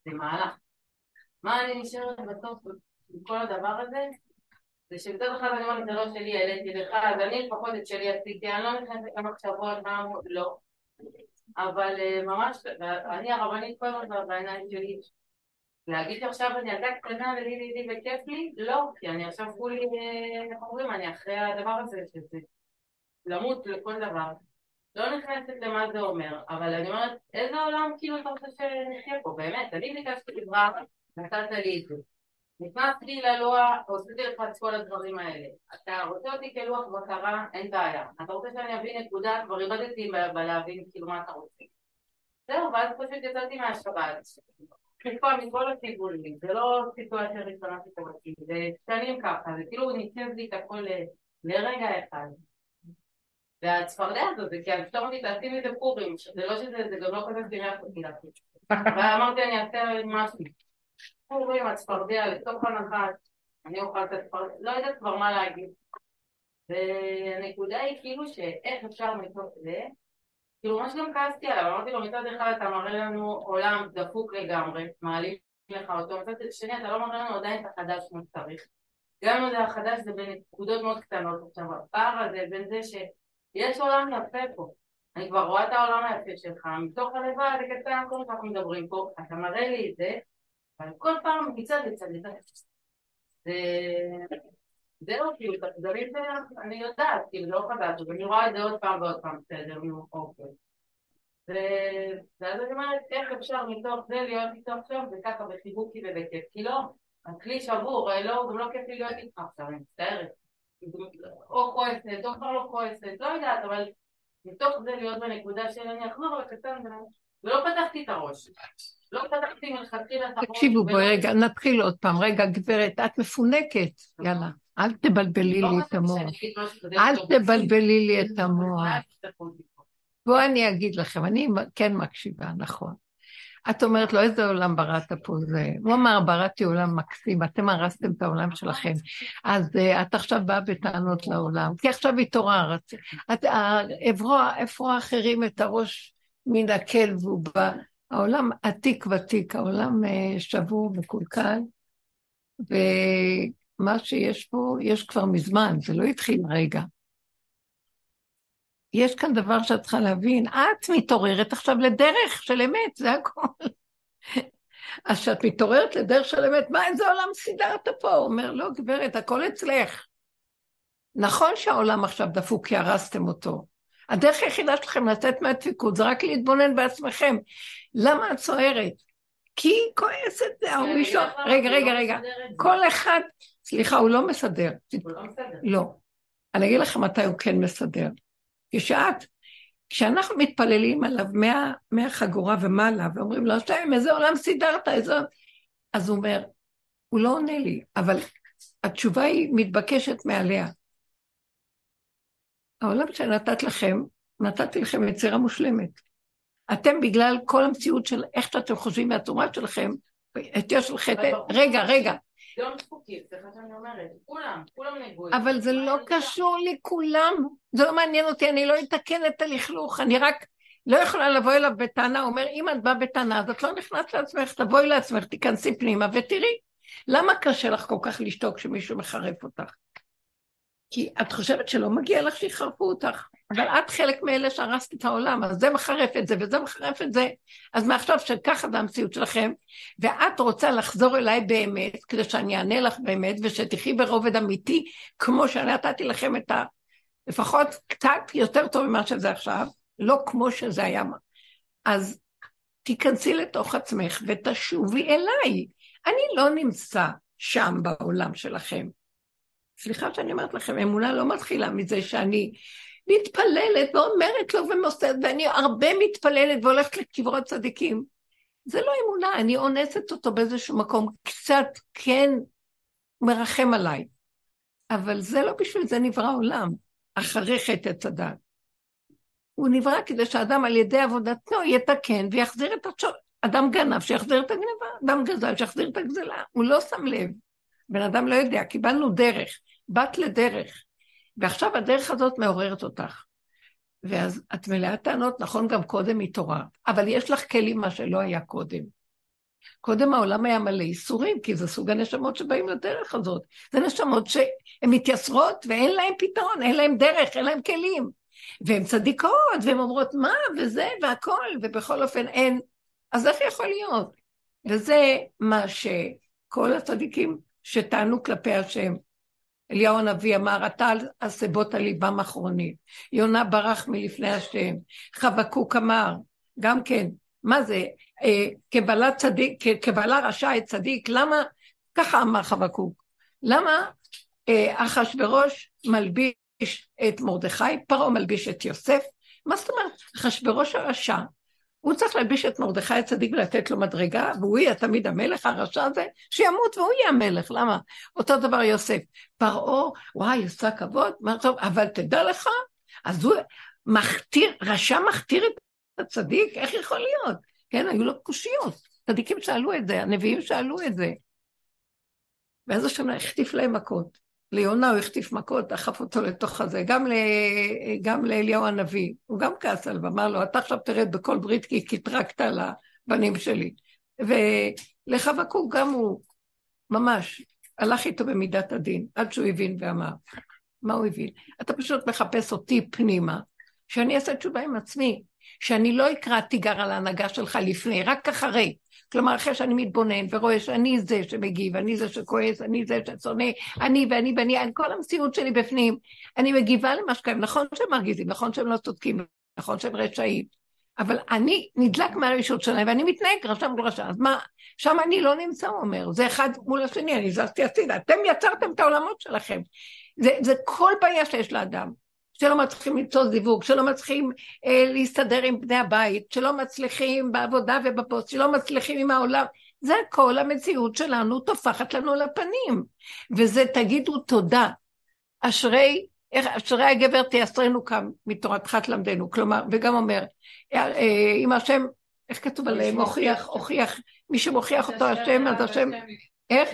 זה מהלך. מה אני נשארת בסוף בכל הדבר הזה? זה שמצד אחד אני אומרת, זה לא שלי, העליתי לך, אז אני לפחות את שלי עשיתי, אני לא נכנסת לכמה מחשבות, מה אמרו, לא. אבל ממש, אני הרבנית כל הזמן בעיניים שלי, להגיד שעכשיו אני ילדה קטנה ולי וכיף לי, לא, כי אני עכשיו כולי, איך אומרים, אני אחרי הדבר הזה, שזה למות לכל דבר. לא נכנסת למה זה אומר, אבל אני אומרת, איזה עולם כאילו אתה רוצה שנחיה פה, באמת, אני ביקשתי עזרה, נתת לי את זה. נכנס לי ללוח, עשיתי לך את כל הדברים האלה. אתה רוצה אותי כלוח בקרה, אין בעיה. אתה רוצה שאני אבין נקודה, כבר איבדתי בלהבין כאילו מה אתה רוצה. זהו, ואז פשוט יצאתי מהשבת. חיפה מכל הכיוונים, זה לא סיטואציה ראשונה שקוראים, זה שנים ככה, זה כאילו ניתן לי את הכל לרגע אחד. והצפרדע הזאת, זה כי אני פתאום אותי תעשי מזה פורים, זה לא שזה, זה גם לא כזה סירח אותי להכי. ואמרתי אני אעשה משהו. פורים, הצפרדע, לתוך הנחש, אני אוכל את הצפרדע, לא יודעת כבר מה להגיד. והנקודה היא כאילו שאיך אפשר מתוך זה, כאילו מה שגם כעסתי עליו, אמרתי לו מצד אחד אתה מראה לנו עולם דפוק לגמרי, מעלים לך אותו, מצד שני אתה לא מראה לנו עדיין את החדש כמו שצריך. גם אם זה החדש זה בנקודות מאוד קטנות, עכשיו הפער הזה בין זה שיש עולם יפה פה, אני כבר רואה את העולם היפה שלך, מתוך הלבד, זה קטן כל מה שאנחנו מדברים פה, אתה מראה לי את זה, אבל כל פעם מצד לצד לצד, זהו, כאילו, תחזרים זה, אני יודעת, כאילו, זה לא חדש, ואני רואה את זה עוד פעם ועוד פעם, בסדר, נו, אוקיי. ואז אני אומרת, איך אפשר מתוך זה להיות איתו עכשיו, וככה בחיבוקי ובכיף, כי לא, הכלי שבור, לא, גם לא כיף לי להיות איתך עכשיו, אני מצטערת. או כועסת, או כבר לא כועסת, לא יודעת, אבל מתוך זה להיות בנקודה של אני אחזור לקטן, ולא פתחתי את הראש. לא פתחתי מלכתחילה את הראש. תקשיבו, בואי רגע, נתחיל עוד פעם. רגע, גברת, את מפונקת. יאללה, אל תבלבלי לי את המוח. אל תבלבלי לי את המוח. בואו אני אגיד לכם, אני כן מקשיבה, נכון. את אומרת לו, איזה עולם בראת פה זה? הוא אמר, בראתי עולם מקסים, אתם הרסתם את העולם שלכם. אז את עכשיו באה בטענות לעולם, כי עכשיו התעוררת. איפה האחרים את הראש מן הקל והוא בא. העולם עתיק ותיק, העולם שבור מקולקל, ומה שיש פה, יש כבר מזמן, זה לא התחיל רגע. יש כאן דבר שאת צריכה להבין, את מתעוררת עכשיו לדרך של אמת, זה הכל. אז כשאת מתעוררת לדרך של אמת, מה איזה עולם סידרת פה? הוא אומר, לא גברת, הכל אצלך. נכון שהעולם עכשיו דפוק, כי הרסתם אותו. הדרך היחידה שלכם לצאת מהדפיקות, זה רק להתבונן בעצמכם. למה את צוערת? כי היא כועסת, זה הראשון. רגע. כל אחד, סליחה, הוא לא מסדר. לא. אני אגיד לכם מתי הוא כן מסדר. כשאנחנו מתפללים עליו מהחגורה ומעלה, ואומרים לו, השם, איזה עולם סידרת, אז הוא אומר, הוא לא עונה לי, אבל התשובה היא מתבקשת מעליה. העולם שנתת לכם, נתתי לכם יצירה מושלמת. אתם בגלל כל המציאות של איך שאתם חושבים מהתורה שלכם, את של חטא, רגע. זה לא דפוקים, זה מה שאני אומרת, כולם נגועים. אבל זה לא קשור לי כולם, זה לא מעניין אותי, אני לא אתקן את הלכלוך, אני רק לא יכולה לבוא אליו בטענה, הוא אומר, אם את באה בטענה, אז את לא נכנסת לעצמך, תבואי לעצמך, תיכנסי פנימה ותראי, למה קשה לך כל כך לשתוק כשמישהו מחרף אותך? כי את חושבת שלא מגיע לך שיחרפו אותך, אבל את חלק מאלה שהרסת את העולם, אז זה מחרף את זה וזה מחרף את זה, אז מעכשיו שככה זה המציאות שלכם, ואת רוצה לחזור אליי באמת, כדי שאני אענה לך באמת, ושתחי ברובד אמיתי, כמו שנתתי לכם את לפחות קצת יותר טוב ממה שזה עכשיו, לא כמו שזה היה. אז תיכנסי לתוך עצמך ותשובי אליי. אני לא נמצא שם בעולם שלכם. סליחה שאני אומרת לכם, אמונה לא מתחילה מזה שאני מתפללת ואומרת לו ומוסדת, ואני הרבה מתפללת והולכת לקברות צדיקים. זה לא אמונה, אני אונסת אותו באיזשהו מקום, קצת כן מרחם עליי. אבל זה לא בשביל זה נברא עולם, אחרי חטא עץ הדת. הוא נברא כדי שהאדם על ידי עבודתו יתקן ויחזיר את השור. אדם גנב שיחזיר את הגנבה, אדם גזל שיחזיר את הגזלה. הוא לא שם לב. בן אדם לא יודע, קיבלנו דרך, בת לדרך. ועכשיו הדרך הזאת מעוררת אותך. ואז את מלאה טענות, נכון גם קודם התעוררת, אבל יש לך כלים מה שלא היה קודם. קודם העולם היה מלא איסורים, כי זה סוג הנשמות שבאים לדרך הזאת. זה נשמות שהן מתייסרות ואין להן פתרון, אין להן דרך, אין להן כלים. והן צדיקות, והן אומרות מה וזה והכל, ובכל אופן אין. אז איך יכול להיות? וזה מה שכל הצדיקים שטענו כלפי השם. אליהו הנביא אמר, אתה הסיבות על ליבם אחרונית. יונה ברח מלפני השם. חבקוק אמר, גם כן, מה זה? כבעלה רשע את צדיק, למה? ככה אמר חבקוק. למה אחשוורוש מלביש את מרדכי, פרעה מלביש את יוסף? מה זאת אומרת? אחשוורוש הרשע, הוא צריך להלביש את מרדכי הצדיק ולתת לו מדרגה, והוא יהיה תמיד המלך הרשע הזה, שימות והוא יהיה המלך, למה? אותו דבר יוסף, פרעה, וואי, עושה כבוד, מה טוב, אבל תדע לך, אז הוא רשע מכתיר את הצדיק, איך יכול להיות? כן, היו לו קושיות, צדיקים שאלו את זה, הנביאים שאלו את זה, ואז השם החטיף להם מכות, ליונה הוא החטיף מכות, דחף אותו לתוך הזה, גם לאליהו הנביא, הוא גם כעס עליו, אמר לו, אתה עכשיו תרד בכל ברית כי קטרקת על הבנים שלי, ולחבקוק גם הוא ממש הלך איתו במידת הדין, עד שהוא הבין ואמר, מה הוא הבין? אתה פשוט מחפש אותי פנימה, שאני אעשה תשובה עם עצמי, שאני לא אקרא תיגר על ההנהגה שלך לפני, רק אחרי, כלומר אחרי שאני מתבונן ורואה שאני זה שמגיב, אני זה שכועס, אני זה שצונא, אני, כל המציאות שלי בפנים, אני מגיבה למה שקיים, נכון שהם מרגיזים, נכון שהם לא צודקים, נכון שהם רשעים, אבל אני נדלק מהרשות שלהם, ואני מתנהג רשע מול רשע, אז מה, שם אני לא נמצא, הוא אומר, זה אחד מול השני, אני זזתי הצידה, אתם יצרתם את העולמות שלכם, זה כל בעיה שיש לאדם, שלא מצליחים למצוא זיווג, שלא מצליחים להסתדר עם בני הבית, שלא מצליחים בעבודה ובפוסט, שלא מצליחים עם העולם, זה הכל המציאות שלנו תופחת לנו לפנים, וזה תגידו תודה, אשרי הגבר תייסרנו כאן מתורתך תלמדנו, כלומר, וגם אומר, אם השם, איך כתוב עליהם, הוכיח, מי שמוכיח אותו השם, אז השם, איך?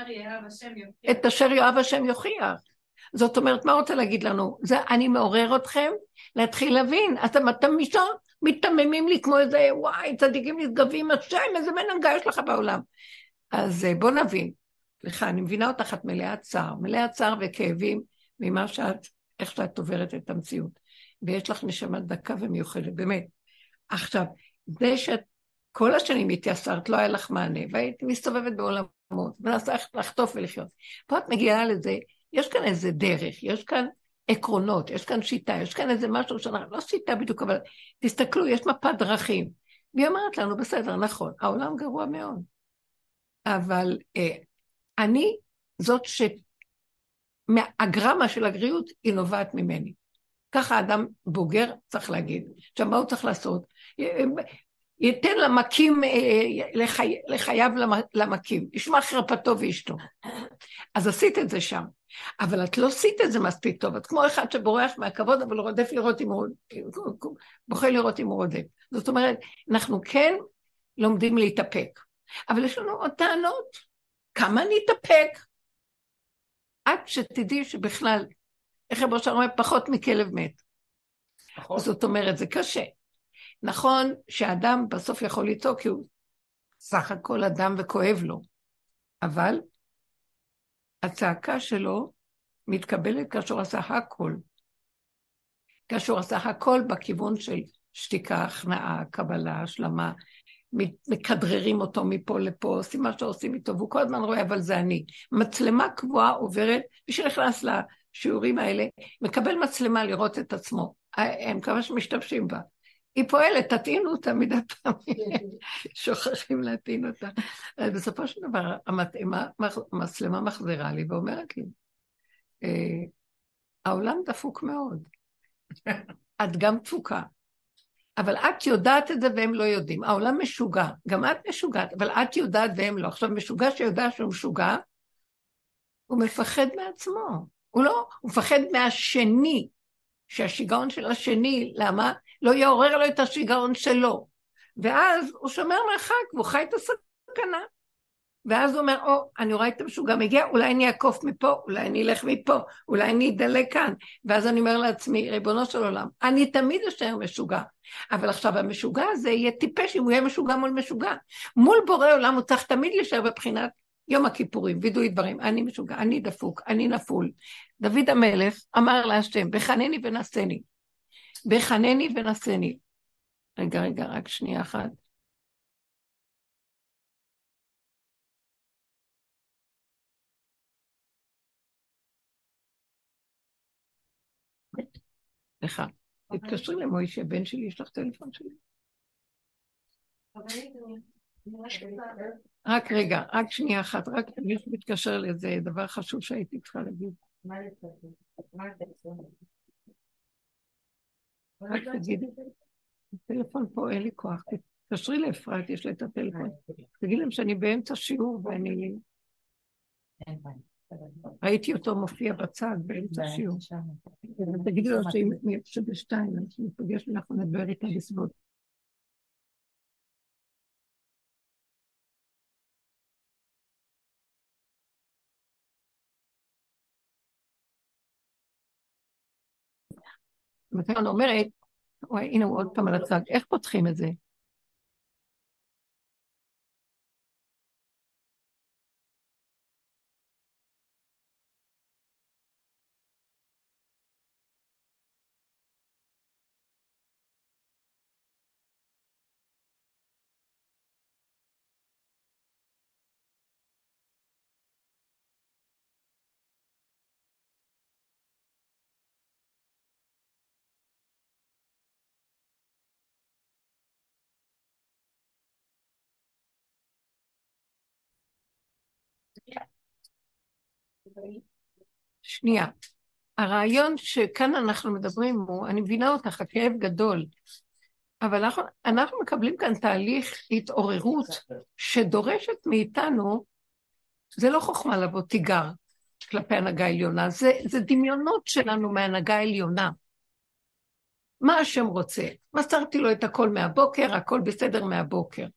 את אשר יאהב השם יוכיח. זאת אומרת, מה רוצה להגיד לנו? זה, אני מעורר אתכם להתחיל להבין, אתם מתממים לי כמו איזה, וואי, צדיקים נשגבים, השם, איזה מנהגה יש לך בעולם. אז בוא נבין, סליחה, אני מבינה אותך, את מלאה צער וכאבים, ממה שאת, איך שאת עוברת את המציאות, ויש לך נשמה דקה ומיוחדת, באמת. עכשיו, זה שאת כל השנים התייסרת, לא היה לך מענה, והיית מסתובבת בעולמות, ונסה לחטוף ולחיות. פה את מגיעה לזה, יש כאן איזה דרך, יש כאן עקרונות, יש כאן שיטה, יש כאן איזה משהו שאנחנו, לא שיטה בדיוק, אבל תסתכלו, יש מפת דרכים. והיא אומרת לנו, בסדר, נכון, העולם גרוע מאוד. אבל אני, זאת שהגרמה של הגריות היא נובעת ממני. ככה אדם בוגר צריך להגיד. עכשיו, מה הוא צריך לעשות? ייתן למקים, לחייו למקים, ישמע חרפתו ואשתו. אז עשית את זה שם. אבל את לא עשית את זה מספיק טוב, את כמו אחד שבורח מהכבוד, אבל רודף לראות אם הוא, בוחר לראות אם הוא רודף. זאת אומרת, אנחנו כן לומדים להתאפק, אבל יש לנו עוד טענות, כמה נתאפק? עד שתדעי שבכלל, איך רבו שם אומר, פחות מכלב מת. זאת אומרת, זה קשה. נכון שהאדם בסוף יכול לצעוק, כי הוא סך הכל אדם וכואב לו, אבל הצעקה שלו מתקבלת כאשר עשה הכל. כאשר עשה הכל בכיוון של שתיקה, הכנעה, קבלה, השלמה, מכדררים אותו מפה לפה, עושים מה שעושים איתו, והוא כל הזמן רואה, אבל זה אני. מצלמה קבועה עוברת, מי שנכנס לשיעורים האלה, מקבל מצלמה לראות את עצמו. הם כמה שמשתמשים בה. היא פועלת, תטעינו אותה מדי פעמים, שוכחים להטעין אותה. בסופו של דבר, המצלמה מחזירה לי ואומרת לי, העולם דפוק מאוד, את גם דפוקה, אבל את יודעת את זה והם לא יודעים, העולם משוגע, גם את משוגעת, אבל את יודעת והם לא. עכשיו משוגע שיודע שהוא משוגע, הוא מפחד מעצמו, הוא מפחד מהשני, שהשיגעון של השני, למה? לא יעורר לו את השיגעון שלו. ואז הוא שומר מרחק, והוא חי את הסכנה. ואז הוא אומר, אני רואה את המשוגע מגיע, אולי אני אעקוף מפה, אולי אני אלך מפה, אולי אני אדלק כאן. ואז אני אומר לעצמי, ריבונו של עולם, אני תמיד אשאר משוגע. אבל עכשיו המשוגע הזה יהיה טיפש אם הוא יהיה משוגע מול משוגע. מול בורא עולם הוא צריך תמיד להישאר בבחינת יום הכיפורים, וידוי דברים, אני משוגע, אני דפוק, אני נפול. דוד המלך אמר להשם, בחנני ונשני. בחנני ונשני. רגע, רק שנייה אחת. סליחה, תתקשרי למוישה, בן שלי, יש לך טלפון שלי? רק רגע, רק שנייה אחת, רק אני מתקשר לאיזה דבר חשוב שהייתי צריכה להגיד. רק תגידי, הטלפון פה אין לי כוח, תתקשרי לאפרת, יש לה את הטלפון. תגיד להם שאני באמצע שיעור ואני... ראיתי אותו מופיע בצד באמצע שיעור. תגידי לו שבשתיים, אנחנו נפגש ואנחנו נדבר איתה בסביבות. אני אומרת, הנה הוא עוד פעם על הצד, איך פותחים את זה? שנייה, הרעיון שכאן אנחנו מדברים הוא, אני מבינה אותך, הכאב גדול, אבל אנחנו מקבלים כאן תהליך התעוררות שדורשת מאיתנו, זה לא חוכמה לבוא תיגר כלפי הנהגה העליונה, זה דמיונות שלנו מהנהגה העליונה. מה השם רוצה? מסרתי לו את הכל מהבוקר, הכל בסדר מהבוקר.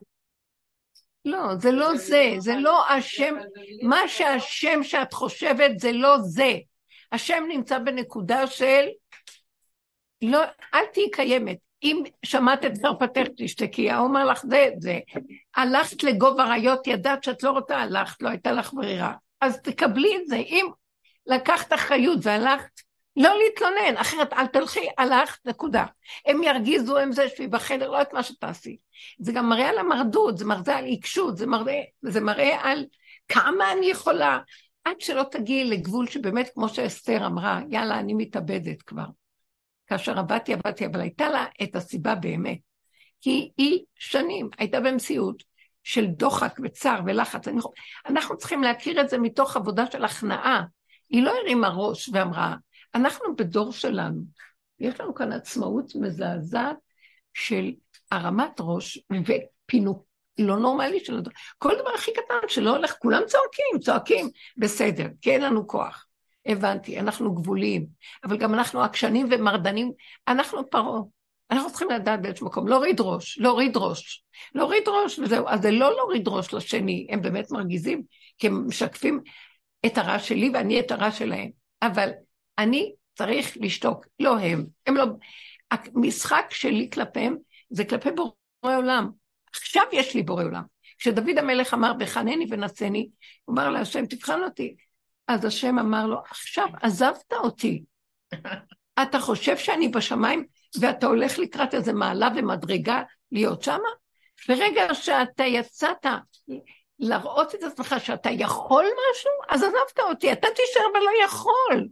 לא, זה לא זה, זה לא השם, מה שהשם שאת חושבת זה לא זה. השם נמצא בנקודה של, לא, אל תהי קיימת. אם שמעת את צרפתך תשתקי, הוא אומר לך זה. הלכת לגוב אריות, ידעת שאת לא רוצה, הלכת, לא הייתה לך ברירה. אז תקבלי את זה, אם לקחת אחריות והלכת, לא להתלונן, אחרת אל תלכי, הלכת, נקודה. הם ירגיזו, הם זה שבי בחדר, לא את מה שתעשי. זה גם מראה על המרדות, זה מראה על עיקשות, זה מראה על כמה אני יכולה, עד שלא תגיעי לגבול שבאמת, כמו שאסתר אמרה, יאללה, אני מתאבדת כבר. כאשר עבדתי, אבל הייתה לה את הסיבה באמת. כי היא שנים הייתה במציאות של דוחק וצער ולחץ. אנחנו צריכים להכיר את זה מתוך עבודה של הכנעה. היא לא הרימה ראש ואמרה, אנחנו בדור שלנו, יש לנו כאן עצמאות מזעזעת של הרמת ראש ופינוק לא נורמלי של הדור. כל דבר הכי קטן שלא הולך, כולם צועקים, בסדר, כי אין לנו כוח. הבנתי, אנחנו גבוליים, אבל גם אנחנו עקשנים ומרדנים, אנחנו פרעה. אנחנו צריכים לדעת באיזשהו מקום, להוריד ראש, וזהו. אז זה לא להוריד ראש לשני, הם באמת מרגיזים, כי הם משקפים את הרע שלי ואני את הרע שלהם. אבל אני צריך לשתוק, לא הם. הם לא... המשחק שלי כלפיהם זה כלפי בורא עולם. עכשיו יש לי בורא עולם. כשדוד המלך אמר בחנני ונשני, הוא אמר להשם תבחן אותי. אז השם אמר לו, עכשיו עזבת אותי. אתה חושב שאני בשמיים ואתה הולך לקראת איזה מעלה ומדרגה להיות שמה? ברגע שאתה יצאת להראות את עצמך שאתה יכול משהו, אז עזבת אותי, אתה תישאר בלא יכול.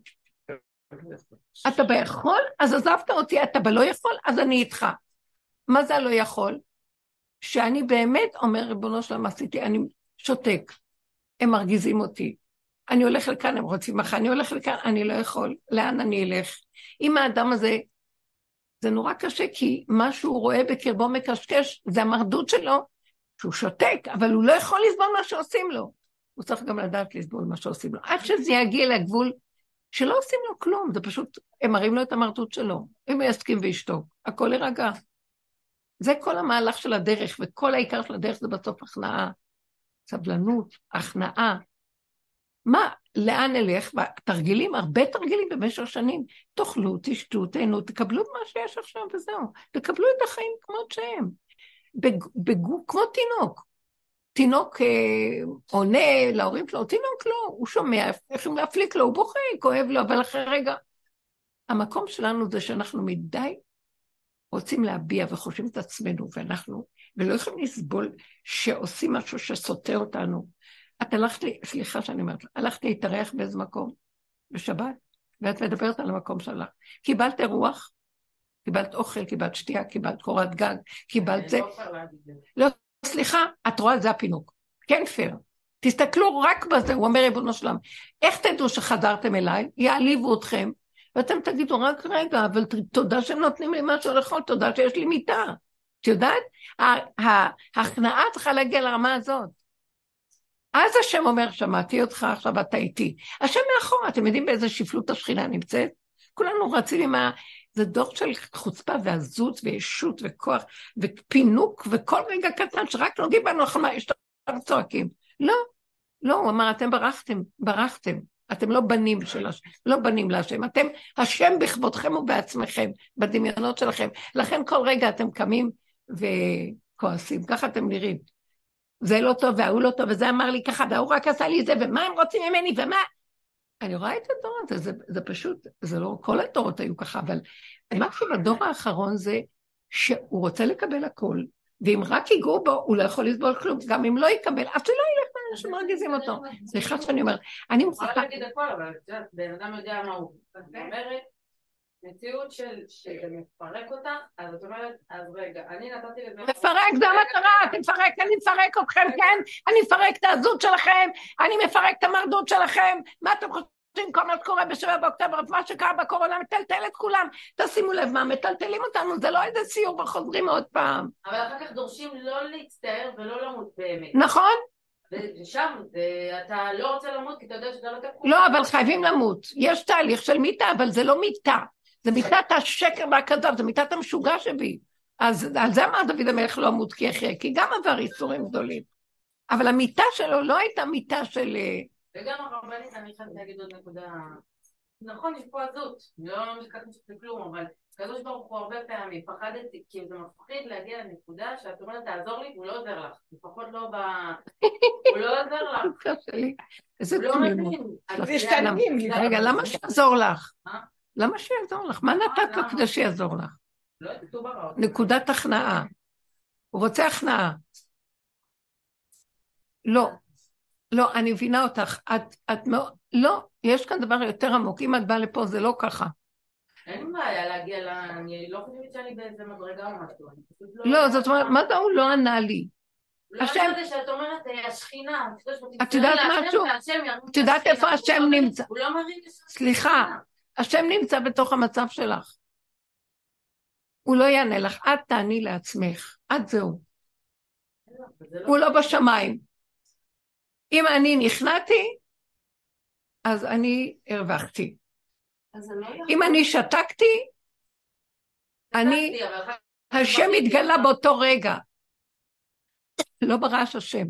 אתה ביכול, אז עזבת אותי, אתה בלא יכול, אז אני איתך. מה זה הלא יכול? שאני באמת אומר, ריבונו שלמה, עשיתי, אני שותק, הם מרגיזים אותי. אני הולך לכאן, הם רוצים מחר, אני הולך לכאן, אני לא יכול, לאן אני אלך? אם האדם הזה, זה נורא קשה, כי מה שהוא רואה בקרבו מקשקש, זה המרדות שלו, שהוא שותק, אבל הוא לא יכול לסבול מה שעושים לו. הוא צריך גם לדעת לסבול מה שעושים לו. עד שזה יגיע לגבול, שלא עושים לו כלום, זה פשוט, הם מראים לו את המרדות שלו. אם הוא יסכים וישתוק, הכל ירגע. זה כל המהלך של הדרך, וכל העיקר של הדרך זה בסוף הכנעה. סבלנות, הכנעה. מה, לאן נלך? תרגילים, הרבה תרגילים במשך שנים. תאכלו, תשתו, תהנו, תקבלו מה שיש עכשיו וזהו. תקבלו את החיים כמות שהם. כמו תינוק. תינוק עונה להורים שלו, תינוק לא, הוא שומע, איך הוא להפליק לו, הוא בוכה, כואב לו, אבל אחרי רגע. המקום שלנו זה שאנחנו מדי רוצים להביע וחושבים את עצמנו, ולא יכולים לסבול שעושים משהו שסותר אותנו. את הלכת לי, סליחה שאני אומרת, הלכת להתארח באיזה מקום, בשבת, ואת מדברת על המקום שלך. קיבלת רוח, קיבלת אוכל, קיבלת שתייה, קיבלת קורת גג, קיבלת זה. לא, סליחה, את רואה, זה הפינוק. כן פייר. תסתכלו רק בזה, הוא אומר ריבונו שלם, איך תדעו שחזרתם אליי? יעליבו אתכם, ואתם תגידו רק רגע, אבל תודה שהם נותנים לי משהו לאכול, תודה שיש לי מיטה. את יודעת? ההכנעה צריכה להגיע לרמה הזאת. אז השם אומר, שמעתי אותך, עכשיו אתה איתי. השם מאחור, אתם יודעים באיזה שפלות השכינה נמצאת? כולנו רצים עם זה דור של חוצפה ועזות וישות וכוח ופינוק וכל רגע קטן שרק נוגעים בנו לחמה, יש צועקים. לא, לא, הוא אמר, אתם ברחתם. אתם לא בנים של השם, לא בנים להשם. אתם השם בכבודכם ובעצמכם, בדמיונות שלכם. לכן כל רגע אתם קמים וכועסים, ככה אתם נראים. זה לא טוב והוא לא טוב, וזה אמר לי ככה, והוא רק עשה לי זה, ומה הם רוצים ממני, ומה? אני רואה את הדור הזה, זה פשוט, זה לא, כל הדורות היו ככה, אבל משהו בדור האחרון זה שהוא רוצה לקבל הכל, ואם רק ייגעו בו, הוא לא יכול לסבול כלום, גם אם לא יקבל, אז שלא ילך לאנשים מרגיזים אותו. סליחה שאני אומרת, אני מוכרחה... אני להגיד הכל, אבל בן אדם יודע מה הוא. זאת אומרת, מציאות שזה מפרק אותה, אז את אומרת, אז רגע, אני נתתי לזה... מפרק, זה המטרה, אני מפרק אתכם, כן? אני מפרק את העזות שלכם, אני מפרק את המרדות שלכם, מה אתם חושבים כל מה שקורה ב7 באוקטובר, מה שקרה בקורונה, מטלטל את כולם, תשימו לב מה, מטלטלים אותנו, זה לא איזה סיור וחוזרים עוד פעם. אבל אחר כך דורשים לא להצטער ולא למות באמת. נכון? ושם, אתה לא רוצה למות כי אתה יודע שאתה לא תקום. לא, אבל חייבים למות, יש תהליך של מיטה, אבל זה לא מיטה. זה מיטת השקר והכזב, זה מיטת המשוגע שבי. אז על זה אמר דוד המלך לא אמות כי יחיה, כי גם עבר איסורים גדולים. אבל המיטה שלו לא הייתה מיטה של... וגם הרבנית, אני חייבת להגיד עוד נקודה. נכון, יש פה עזות, לא משקעתי שזה כלום, אבל קדוש ברוך הוא הרבה פעמים, פחדתי, כי זה מפחיד להגיע לנקודה שאת אומרת, תעזור לי, הוא לא עוזר לך. לפחות לא ב... הוא לא עוזר לך. איזה תמימות. רגע, למה שיעזור לך? למה שיעזור לך? מה נתת לו כדי שיעזור לך? נקודת הכנעה. הוא רוצה הכנעה. לא, לא, אני מבינה אותך. לא, יש כאן דבר יותר עמוק. אם את באה לפה, זה לא ככה. אין בעיה להגיע אני לא חושבת שאני באיזה מדרגה או משהו. לא, זאת אומרת, מה זה הוא לא ענה לי? השם זה שאת אומרת, השכינה. את יודעת משהו? את יודעת איפה השם נמצא? הוא לא מרים לשם. סליחה. השם נמצא בתוך המצב שלך. הוא לא יענה לך, את תעני לעצמך, את זהו. הוא לא בשמיים. אם אני נכנעתי, אז אני הרווחתי. אם אני שתקתי, השם התגלה באותו רגע. לא ברעש השם.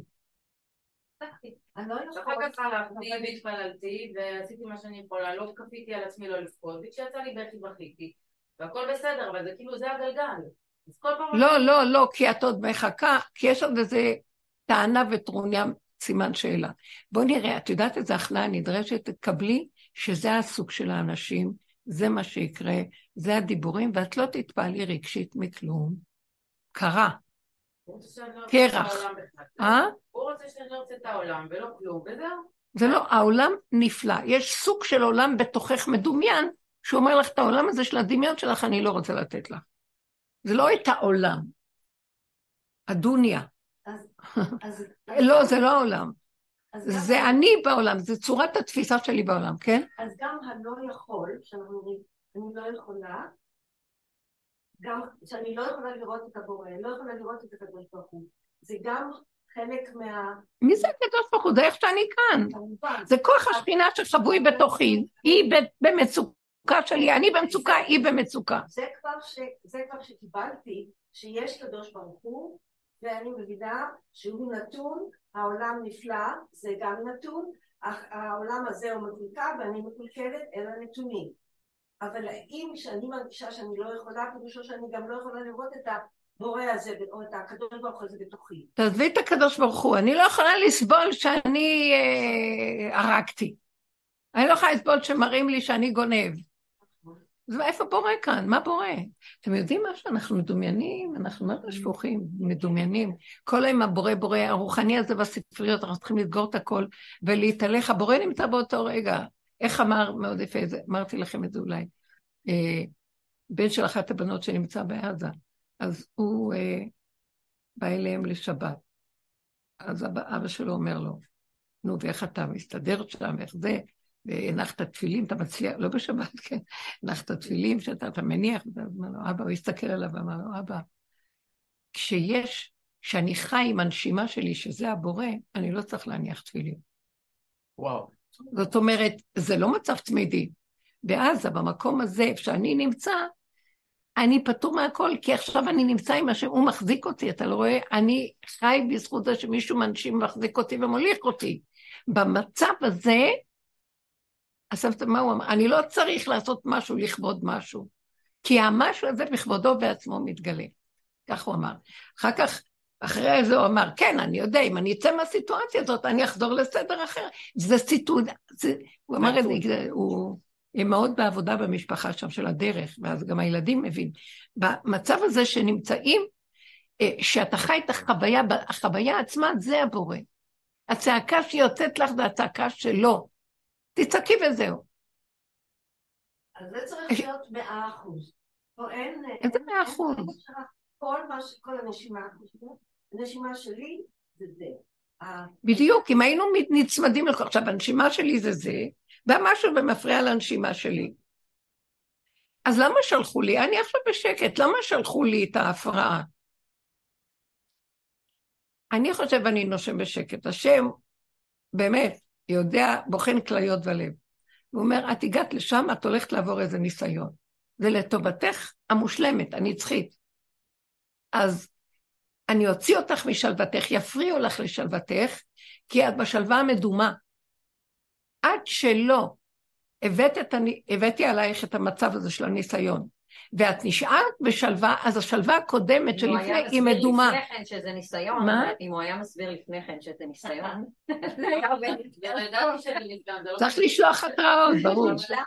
אחר כך הלכתי והתפללתי ועשיתי מה שאני יכולה, לא כפיתי על עצמי לא לפחות, וכשיצא לי בכי בכיתי, והכל בסדר, אבל זה כאילו זה הגלגל. לא, כי את עוד מחכה, כי יש עוד איזה טענה וטרוניה סימן שאלה. בוא נראה, את יודעת איזה הכנעה נדרשת, תקבלי שזה הסוג של האנשים, זה מה שיקרה, זה הדיבורים, ואת לא תתפעלי רגשית מכלום. קרה. קרח. הוא רוצה שאני לא רוצה את העולם, ולא כלום, וזהו. זה לא, העולם נפלא. יש סוג של עולם בתוכך מדומיין, שהוא אומר לך, את העולם הזה של הדמיון שלך, אני לא רוצה לתת לך. זה לא את העולם. הדוניה. לא, זה לא העולם. זה אני בעולם, זה צורת התפיסה שלי בעולם, כן? אז גם הלא יכול, שאנחנו אומרים, אני לא יכולה, גם שאני לא יכולה לראות את הבורא, לא יכולה לראות את הקדוש ברוך הוא. זה גם חלק מי זה הקדוש ברוך הוא? זה איך שאני כאן. זה כוח השכינה שחבוי בתוכי, היא במצוקה שלי, אני במצוקה, היא במצוקה. זה כבר שקיבלתי, שיש קדוש ברוך הוא, ואני מבינה שהוא נתון, העולם נפלא, זה גם נתון, העולם הזה הוא מקולקל ואני מקולקלת, אלה נתונים. אבל האם שאני מרגישה שאני לא יכולה, פירושו שאני גם לא יכולה לראות את הבורא הזה, או את הקדוש ברוך הזה בתוכי. תעזבי את הקדוש ברוך הוא, אני לא יכולה לסבול שאני הרגתי. אני לא יכולה לסבול שמראים לי שאני גונב. אז איפה בורא כאן? מה בורא? אתם יודעים מה שאנחנו מדומיינים? אנחנו מאוד שפוכים, מדומיינים. כל היום הבורא, הרוחני הזה בספריות, אנחנו צריכים לסגור את הכל ולהתהלך. הבורא נמצא באותו רגע. איך אמר מאוד יפה, אמרתי לכם את זה אולי. בן של אחת הבנות שנמצא בעזה, אז הוא בא אליהם לשבת. אז אבא שלו אומר לו, נו, ואיך אתה מסתדר שם, איך זה? והנחת תפילים, אתה מצליח, לא בשבת, כן, הנחת תפילים שאתה מניח, אבא, הוא הסתכל עליו ואמר לו, אבא, כשאני חי עם הנשימה שלי, שזה הבורא, אני לא צריך להניח תפילים. וואו. זאת אומרת, זה לא מצב תמידי. בעזה, במקום הזה, שאני נמצא, אני פטור מהכל, כי עכשיו אני נמצא עם השם, הוא מחזיק אותי, אתה לא רואה? אני חי בזכות זה שמישהו מנשים מחזיק אותי ומוליך אותי. במצב הזה, אז מה הוא אמר? אני לא צריך לעשות משהו לכבוד משהו, כי המשהו הזה בכבודו בעצמו מתגלה. כך הוא אמר. אחר כך, אחרי זה הוא אמר, כן, אני יודע, אם אני אצא מהסיטואציה הזאת, אני אחזור לסדר אחר. זה סיטואציה, הוא אמר את זה, הוא מאוד בעבודה במשפחה שם של הדרך, ואז גם הילדים מבין. במצב הזה שנמצאים, שאתה חי את החוויה עצמה, זה הבורא. הצעקה שיוצאת לך זה הצעקה שלו. תצעקי וזהו. אז זה צריך להיות 100%. פה אין... איזה 100%? כל הנשימה שלי זה זה. בדיוק, אם היינו נצמדים לכך, עכשיו הנשימה שלי זה זה, והמשהו במפריע לנשימה שלי. אז למה שלחו לי? אני עכשיו בשקט, למה שלחו לי את ההפרעה? אני חושב אני נושם בשקט. השם באמת יודע, בוחן כליות ולב. הוא אומר, את הגעת לשם, את הולכת לעבור איזה ניסיון. זה לטובתך המושלמת, הנצחית. אז אני אוציא אותך משלוותך, יפריעו לך לשלוותך, כי את בשלווה המדומה. עד שלא הבאתי עלייך את המצב הזה של הניסיון, ואת נשארת בשלווה, אז השלווה הקודמת שלפני היא מדומה. אם הוא היה מסביר לפני כן שזה ניסיון, אם הוא היה מסביר לפני כן שזה ניסיון, צריך לשלוח התראות, ברור.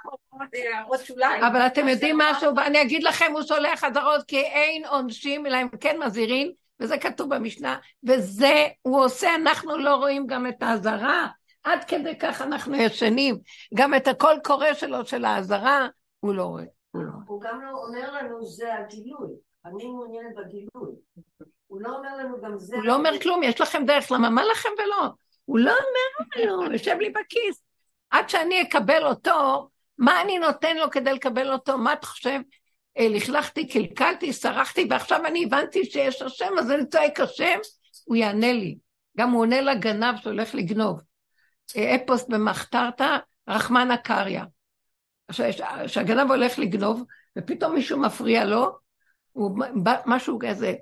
אבל אתם יודעים משהו, ואני אגיד לכם, הוא שולח התראות, כי אין עונשים, אלא הם כן מזהירים, וזה כתוב במשנה, וזה הוא עושה, אנחנו לא רואים גם את ההזרה, עד כדי כך אנחנו ישנים, גם את הכל קורא שלו של ההזרה, הוא לא רואה. הוא גם לא אומר לנו זה הגילוי, אני מעוניינת בגילוי. הוא לא אומר לנו גם זה... הוא לא אומר כלום, יש לכם דרך, למה? מה לכם ולא? הוא לא אומר לו, יושב לי בכיס. עד שאני אקבל אותו, מה אני נותן לו כדי לקבל אותו? מה אתה חושב? לכלכתי, קלקלתי, שרחתי, ועכשיו אני הבנתי שיש השם, אז אני צועק השם, הוא יענה לי. גם הוא עונה לגנב שהולך לגנוב. אפוס במחתרתא, רחמנא קריא. שהגנב הולך לגנוב, ופתאום מישהו מפריע לו, הוא משהו כזה,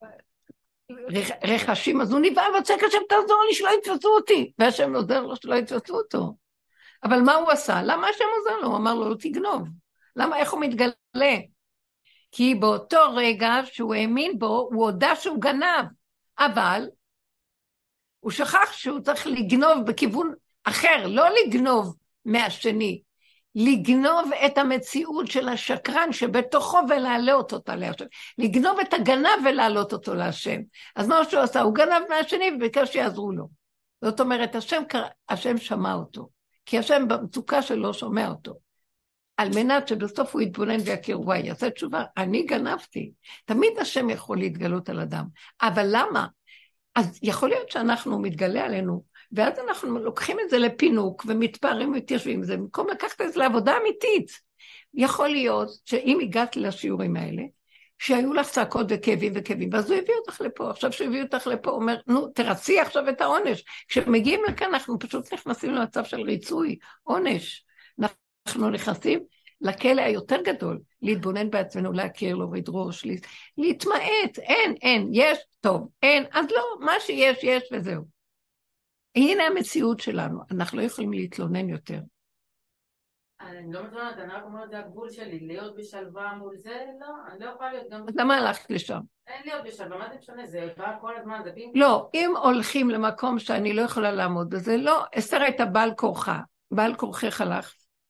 רכשים, אז הוא נבהל וצעק, השם תעזור לי שלא יתפסו אותי, והשם עוזר לו שלא יתפסו אותו. אבל מה הוא עשה? למה השם עוזר לו? הוא אמר לו, לא תגנוב. למה, איך הוא מתגלה? כי באותו רגע שהוא האמין בו, הוא הודע שהוא גנב, אבל הוא שכח שהוא צריך לגנוב בכיוון אחר, לא לגנוב מהשני, לגנוב את המציאות של השקרן שבתוכו ולהעלות אותה להשם. לגנוב את הגנב ולהעלות אותו להשם. אז מה שהוא עשה? הוא גנב מהשני וביקש שיעזרו לו. זאת אומרת, השם שמע אותו. כי השם במצוקה שלו שומע אותו. על מנת שבסוף הוא יתבונן ויכיר, וואי, יעשה תשובה, אני גנבתי. תמיד השם יכול להתגלות על אדם. אבל למה? אז יכול להיות שאנחנו מתגלה עלינו, ואז אנחנו לוקחים את זה לפינוק, ומתפארים ומתיישבים, זה במקום לקחת את זה לעבודה אמיתית. יכול להיות שאם הגעת לשיעורים האלה, שהיו לך צעקות וכאבים, ואז הוא הביא אותך לפה, עכשיו שהוא הביא אותך לפה, הוא אומר, נו, תרצי עכשיו את העונש. כשמגיעים לכאן, אנחנו פשוט נכנסים למצב של ריצוי, עונש. אנחנו נכנסים לכלא היותר גדול, להתבונן בעצמנו, להכיר לו ולדרוש, להתמעט, אין, יש, טוב, אין, אז לא, מה שיש, יש וזהו. הנה המציאות שלנו, אנחנו לא יכולים להתלונן יותר. אני לא מתלוננת, אני רק אומרת, זה הגבול שלי, להיות בשלווה מול זה, לא, אני לא יכולה להיות גם... אז למה הלכת לשם? אין להיות בשלווה, מה זה משנה? זה בא כל הזמן, זה בים. לא, אם הולכים למקום שאני לא יכולה לעמוד בזה, לא, אסתר הייתה בעל כורחה, בעל כורכך הלך.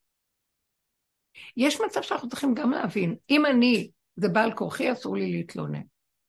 יש מצב שאנחנו צריכים גם להבין, אם אני, זה בעל כורכי, אסור לי להתלונן.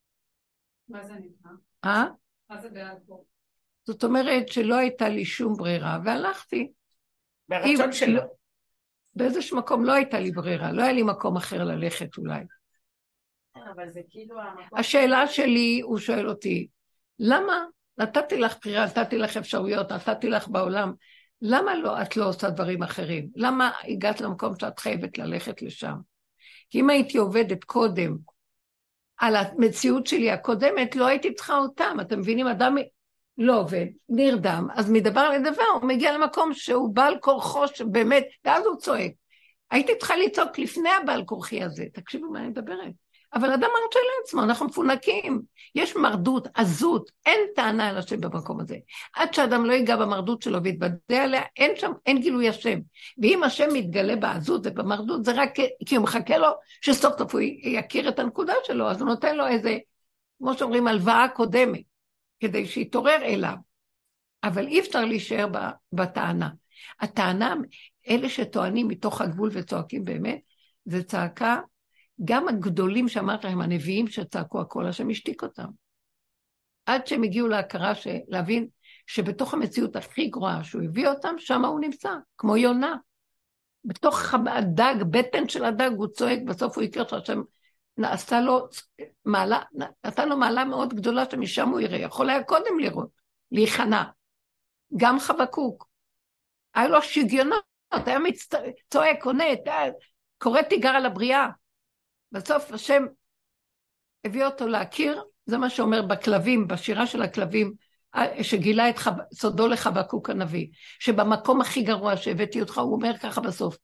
מה זה נקרא? מה זה בעל כורכי? זאת אומרת שלא הייתה לי שום ברירה, והלכתי. ברצון שלו. באיזשהו מקום לא הייתה לי ברירה, לא היה לי מקום אחר ללכת אולי. אבל זה כאילו... השאלה שלי, הוא שואל אותי, למה נתתי לך בחירה, נתתי לך אפשרויות, נתתי לך בעולם, למה לא, את לא עושה דברים אחרים? למה הגעת למקום שאת חייבת ללכת לשם? כי אם הייתי עובדת קודם על המציאות שלי הקודמת, לא הייתי צריכה אותם. אתם מבינים, אדם לא עובד, נרדם, אז מדבר לדבר, הוא מגיע למקום שהוא בעל כורחו שבאמת, ואז הוא צועק. הייתי צריכה לצעוק לפני הבעל כורחי הזה, תקשיבו מה אני מדברת. אבל אדם מרצה לעצמו, אנחנו מפונקים, יש מרדות, עזות, אין טענה על השם במקום הזה. עד שאדם לא ייגע במרדות שלו ויתוודע עליה, אין גילוי השם. ואם השם מתגלה בעזות ובמרדות, זה רק כי הוא מחכה לו שסוף סוף הוא יכיר את הנקודה שלו, אז הוא נותן לו איזה, כמו שאומרים, הלוואה קודמת, כדי שיתעורר אליו. אבל אי אפשר להישאר בטענה. הטענה, אלה שטוענים מתוך הגבול וצועקים באמת, זה צעקה, גם הגדולים שאמרת להם, הנביאים שצעקו הכל, השם השתיק אותם. עד שהם הגיעו להכרה, להבין שבתוך המציאות הכי גרועה שהוא הביא אותם, שם הוא נמצא, כמו יונה. בתוך הדג, בטן של הדג, הוא צועק, בסוף הוא יקר שהשם נעשה לו מעלה, נתן לו מעלה מאוד גדולה שמשם הוא יראה, יכול היה קודם לראות, להיכנע. גם חבקוק. היה לו שגיונות, היה צועק, עונה, קורא תיגר על הבריאה. בסוף השם הביא אותו להכיר, זה מה שאומר בכלבים, בשירה של הכלבים, שגילה את סודו לחבקוק הנביא, שבמקום הכי גרוע שהבאתי אותך, הוא אומר ככה בסוף,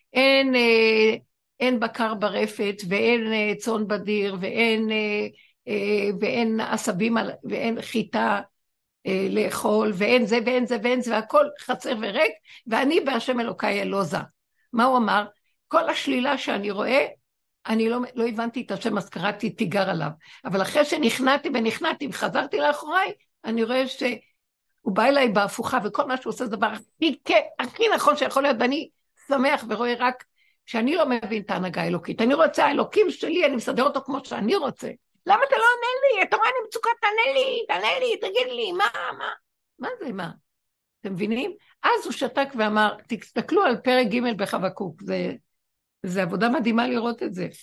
אין בקר ברפת, ואין צאן בדיר, ואין עשבים, ואין חיטה לאכול, ואין זה ואין זה ואין זה, והכל חסר וריק, ואני בהשם אלוקיי אלוזה. מה הוא אמר? כל השלילה שאני רואה, אני לא הבנתי את השם, אז קראתי תיגר עליו. אבל אחרי שנכנעתי וחזרתי לאחוריי, אני רואה שהוא בא אליי בהפוכה, וכל מה שהוא עושה זה דבר הכי נכון שיכול להיות, ואני שמח ורואה רק שאני לא מבין את ההנהגה האלוקית. אני רוצה, האלוקים שלי, אני מסדר אותו כמו שאני רוצה. למה אתה לא עונה לי? אתה רואה, אני מצוקה, תענה לי, תגיד לי, מה זה, מה? אתם מבינים? אז הוא שתק ואמר, תסתכלו על פרק ג' בחבקוק, זה עבודה מדהימה לראות את זה.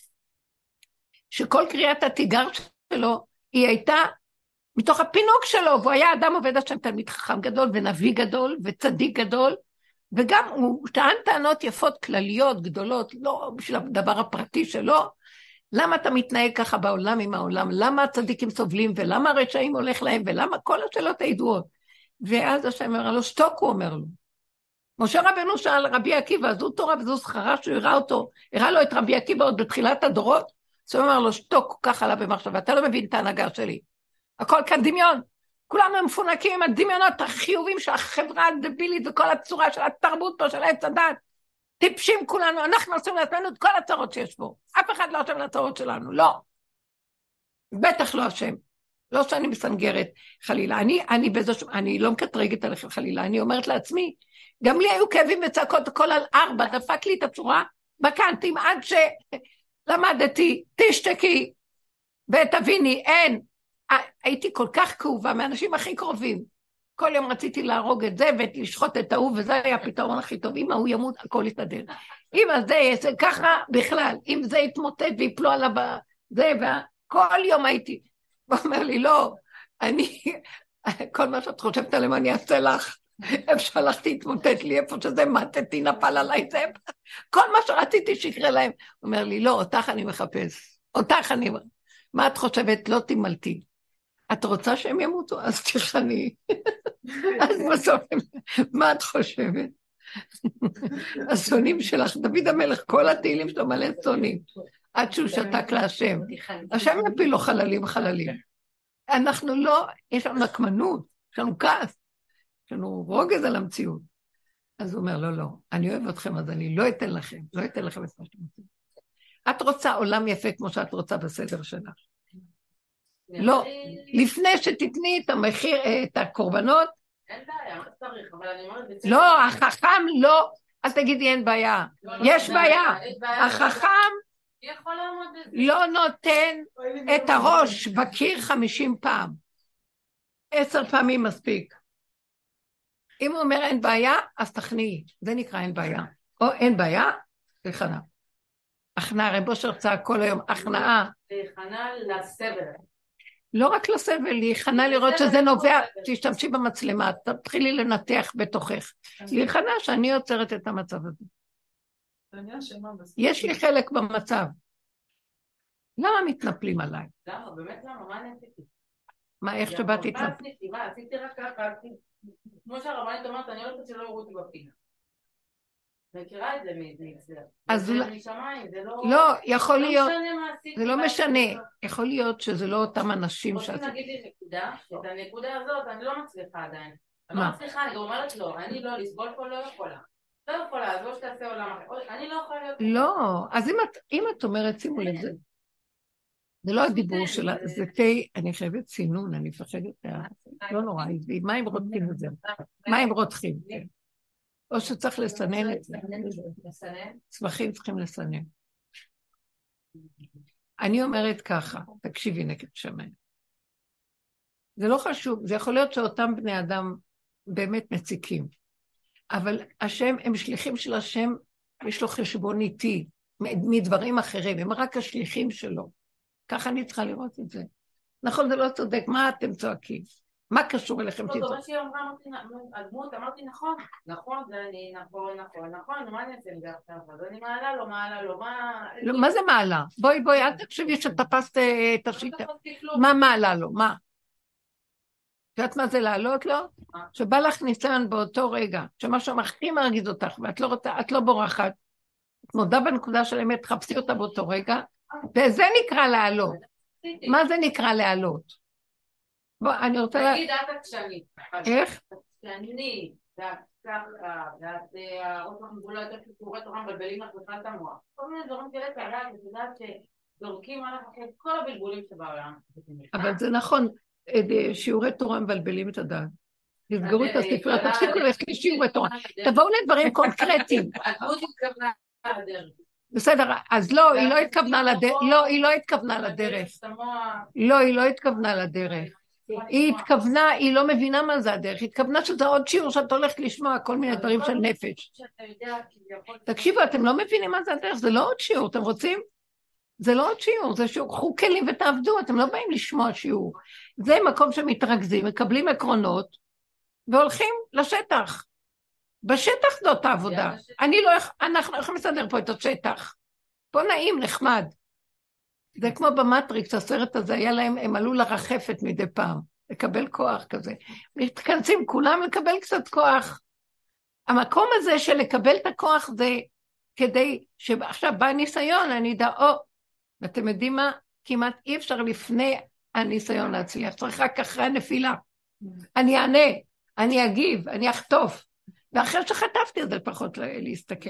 שכל קריאת התיגר שלו, היא הייתה מתוך הפינוק שלו, והוא היה אדם עובד השם, תלמיד חכם גדול, ונביא גדול, וצדיק גדול, וגם הוא טען טענות יפות, כלליות, גדולות, לא בשביל הדבר הפרטי שלו, למה אתה מתנהג ככה בעולם עם העולם, למה הצדיקים סובלים, ולמה הרשעים הולך להם, ולמה כל השאלות הידועות. ואז השם אומר לו, שתוק, הוא אומר לו. משה רבנו שאל רבי עקיבא, זו תורה וזו שכרה שהוא הראה לו את רבי עקיבא עוד בתחילת הדורות, אז הוא אומר לו, שתוק, ככה עליו במחשבה, אתה לא מבין את ההנהגה שלי. הכל כאן דמיון. כולנו הם מפונקים עם הדמיונות החיובים של החברה הדבילית וכל הצורה של התרבות פה, של העץ הדת. טיפשים כולנו, אנחנו עושים לעצמנו את כל הצרות שיש פה. אף אחד לא עושה לצרות שלנו, לא. בטח לא השם. לא שאני מסנגרת חלילה. אני לא מקטרגת עליכם חלילה, אני אומרת לעצמי, גם לי היו כאבים וצעקות הכל על 4, דפק לי את הצורה בקנטים עד שלמדתי, תשתקי ותביני, אין. הייתי כל כך כאובה מהאנשים הכי קרובים. כל יום רציתי להרוג את זה ולשחוט את ההוא, וזה היה הפתרון הכי טוב. אם ההוא ימות, הכל יסתדר. אם זה יעשה ככה בכלל, אם זה יתמוטט ויפלו עליו זה, וכל יום הייתי. הוא אומר לי, לא, כל מה שאת חושבת עליהם אני אעשה לך. אפשר לך תתמוטט לי, איפה שזה מתתי, נפל עליי זה. כל מה שרציתי שיקרה להם. הוא אומר לי, לא, אותך אני מחפש. מה את חושבת? לא תמלתי. את רוצה שהם ימותו? אז תכני. אז בסוף, מה את חושבת? השונאים שלך, דוד המלך, כל התהילים שלו מלא שונאים, עד שהוא שתק להשם. השם יפיל לו חללים חללים. אנחנו לא, יש לנו נקמנות, יש לנו כעס, יש לנו רוגז על המציאות. אז הוא אומר, לא, לא, אני אוהב אתכם, אז אני לא אתן לכם, לא אתן לכם את מה שאתם עושים. את רוצה עולם יפה כמו שאת רוצה בסדר שלך. לא, לפני שתתני את המחיר, את הקורבנות, אין בעיה, מה צריך, אבל אני אומרת... לא, החכם לא, אל תגידי אין בעיה, יש בעיה, החכם לא נותן את הראש בקיר 50 פעם, 10 פעמים מספיק. אם הוא אומר אין בעיה, אז תכניעי, זה נקרא אין בעיה, או אין בעיה, תכנע. הכנעה, רב אושר צעק כל היום, הכנעה. להיכנע לסבל. לא רק לסבל, להיכנע לראות שזה נובע, תשתמשי במצלמה, תתחילי לנתח בתוכך. להיכנע שאני יוצרת את המצב הזה. יש לי חלק במצב. למה מתנפלים עליי? למה? באמת למה? מה אני עשיתי? מה, איך שבאת התנפל? עשיתי רק ככה, כמו שהרבנית אומרת, אני לא יודעת שלא יראו אותי בפינה. מכירה את זה מאצלך. אז זה משמיים, זה לא... לא, יכול להיות, זה לא מה משנה, עשיתי. יכול להיות שזה לא אותם אנשים רוצים שעשו. להגיד לי נקודה, שאת הנקודה הזאת אני לא מצליחה עדיין. אני מה? לא מצליחה, אני גם אומרת לא, אני לא, לסבול פה לא יכולה. לא יכולה, אז לא שתעשה עולם אחר. אני לא יכולה להיות... לא, אז אם את אומרת, שימו לזה, זה לא הדיבור שלה, זה אני חייבת סינון, אני מפחדת, לא נורא, מה הם רותחים את זה? מה הם רותחים? או שצריך לסנן את זה. צמחים צריכים לסנן. אני אומרת ככה, תקשיבי נגד שמיים. זה לא חשוב, זה יכול להיות שאותם בני אדם באמת מציקים, אבל השם, הם שליחים של השם, יש לו חשבון איתי, מדברים אחרים, הם רק השליחים שלו. ככה אני צריכה לראות את זה. נכון, זה לא צודק, מה אתם צועקים? מה קשור אליכם? זאת אומרת שהיא אמרה, הדמות, אמרתי נכון, נכון, זה אני, נכון, מה אני אעשה עם זה עכשיו? אז אני מעלה לו, מה זה מעלה? בואי, אל תחשבי שתפסת את השיטה. מה מעלה לו? מה? יודעת מה זה לעלות לו? שבא לך ניסיון באותו רגע, שמשהו הכי מרגיז אותך, ואת לא רוצה, את לא בורחת, את מודה בנקודה של האמת, תחפשי אותה באותו רגע, וזה נקרא לעלות. מה זה נקרא לעלות? בוא, אני רוצה... תגיד, את עקשנית. איך? עקשנית, ואת ככה, ואת עוד פעם גבולה יותר שתורי תורה מבלבלים לך בכלל את המוח. כל מיני דברים כאלה כאלה, את יודעת שזורקים עליך אחרי כל הבלבולים שבעולם. אבל זה נכון, שיעורי תורה מבלבלים את הדעת. תסגרו את הספר, תפסיקו ללכת לשיעורי תורה. תבואו לדברים קונקרטיים. הדמות התכוונה לדרך. בסדר, אז לא, היא לא התכוונה לדרך. לא, היא לא התכוונה לדרך. לא, היא לא התכוונה לדרך. היא התכוונה, היא לא מבינה מה זה הדרך. היא התכוונה שזה עוד שיעור שאת הולכת לשמוע כל מיני דברים של נפש. תקשיבו, אתם לא מבינים מה זה הדרך, זה לא עוד שיעור, אתם רוצים? זה לא עוד שיעור, זה שיעור, קחו כלים ותעבדו, אתם לא באים לשמוע שיעור. זה מקום שמתרכזים, מקבלים עקרונות, והולכים לשטח. בשטח זאת העבודה. אנחנו יכולים לסדר פה את השטח. פה נעים, נחמד. זה כמו במטריקס, הסרט הזה, היה להם, הם עלו לרחפת מדי פעם, לקבל כוח כזה. מתכנסים כולם לקבל קצת כוח. המקום הזה של לקבל את הכוח זה כדי שעכשיו בא ניסיון, אני אדע, ואתם יודעים מה? כמעט אי אפשר לפני הניסיון להצליח, צריך רק אחרי הנפילה. אני אענה, אני אגיב, אני אחטוף. ואחרי שחטפתי את זה פחות להסתכל.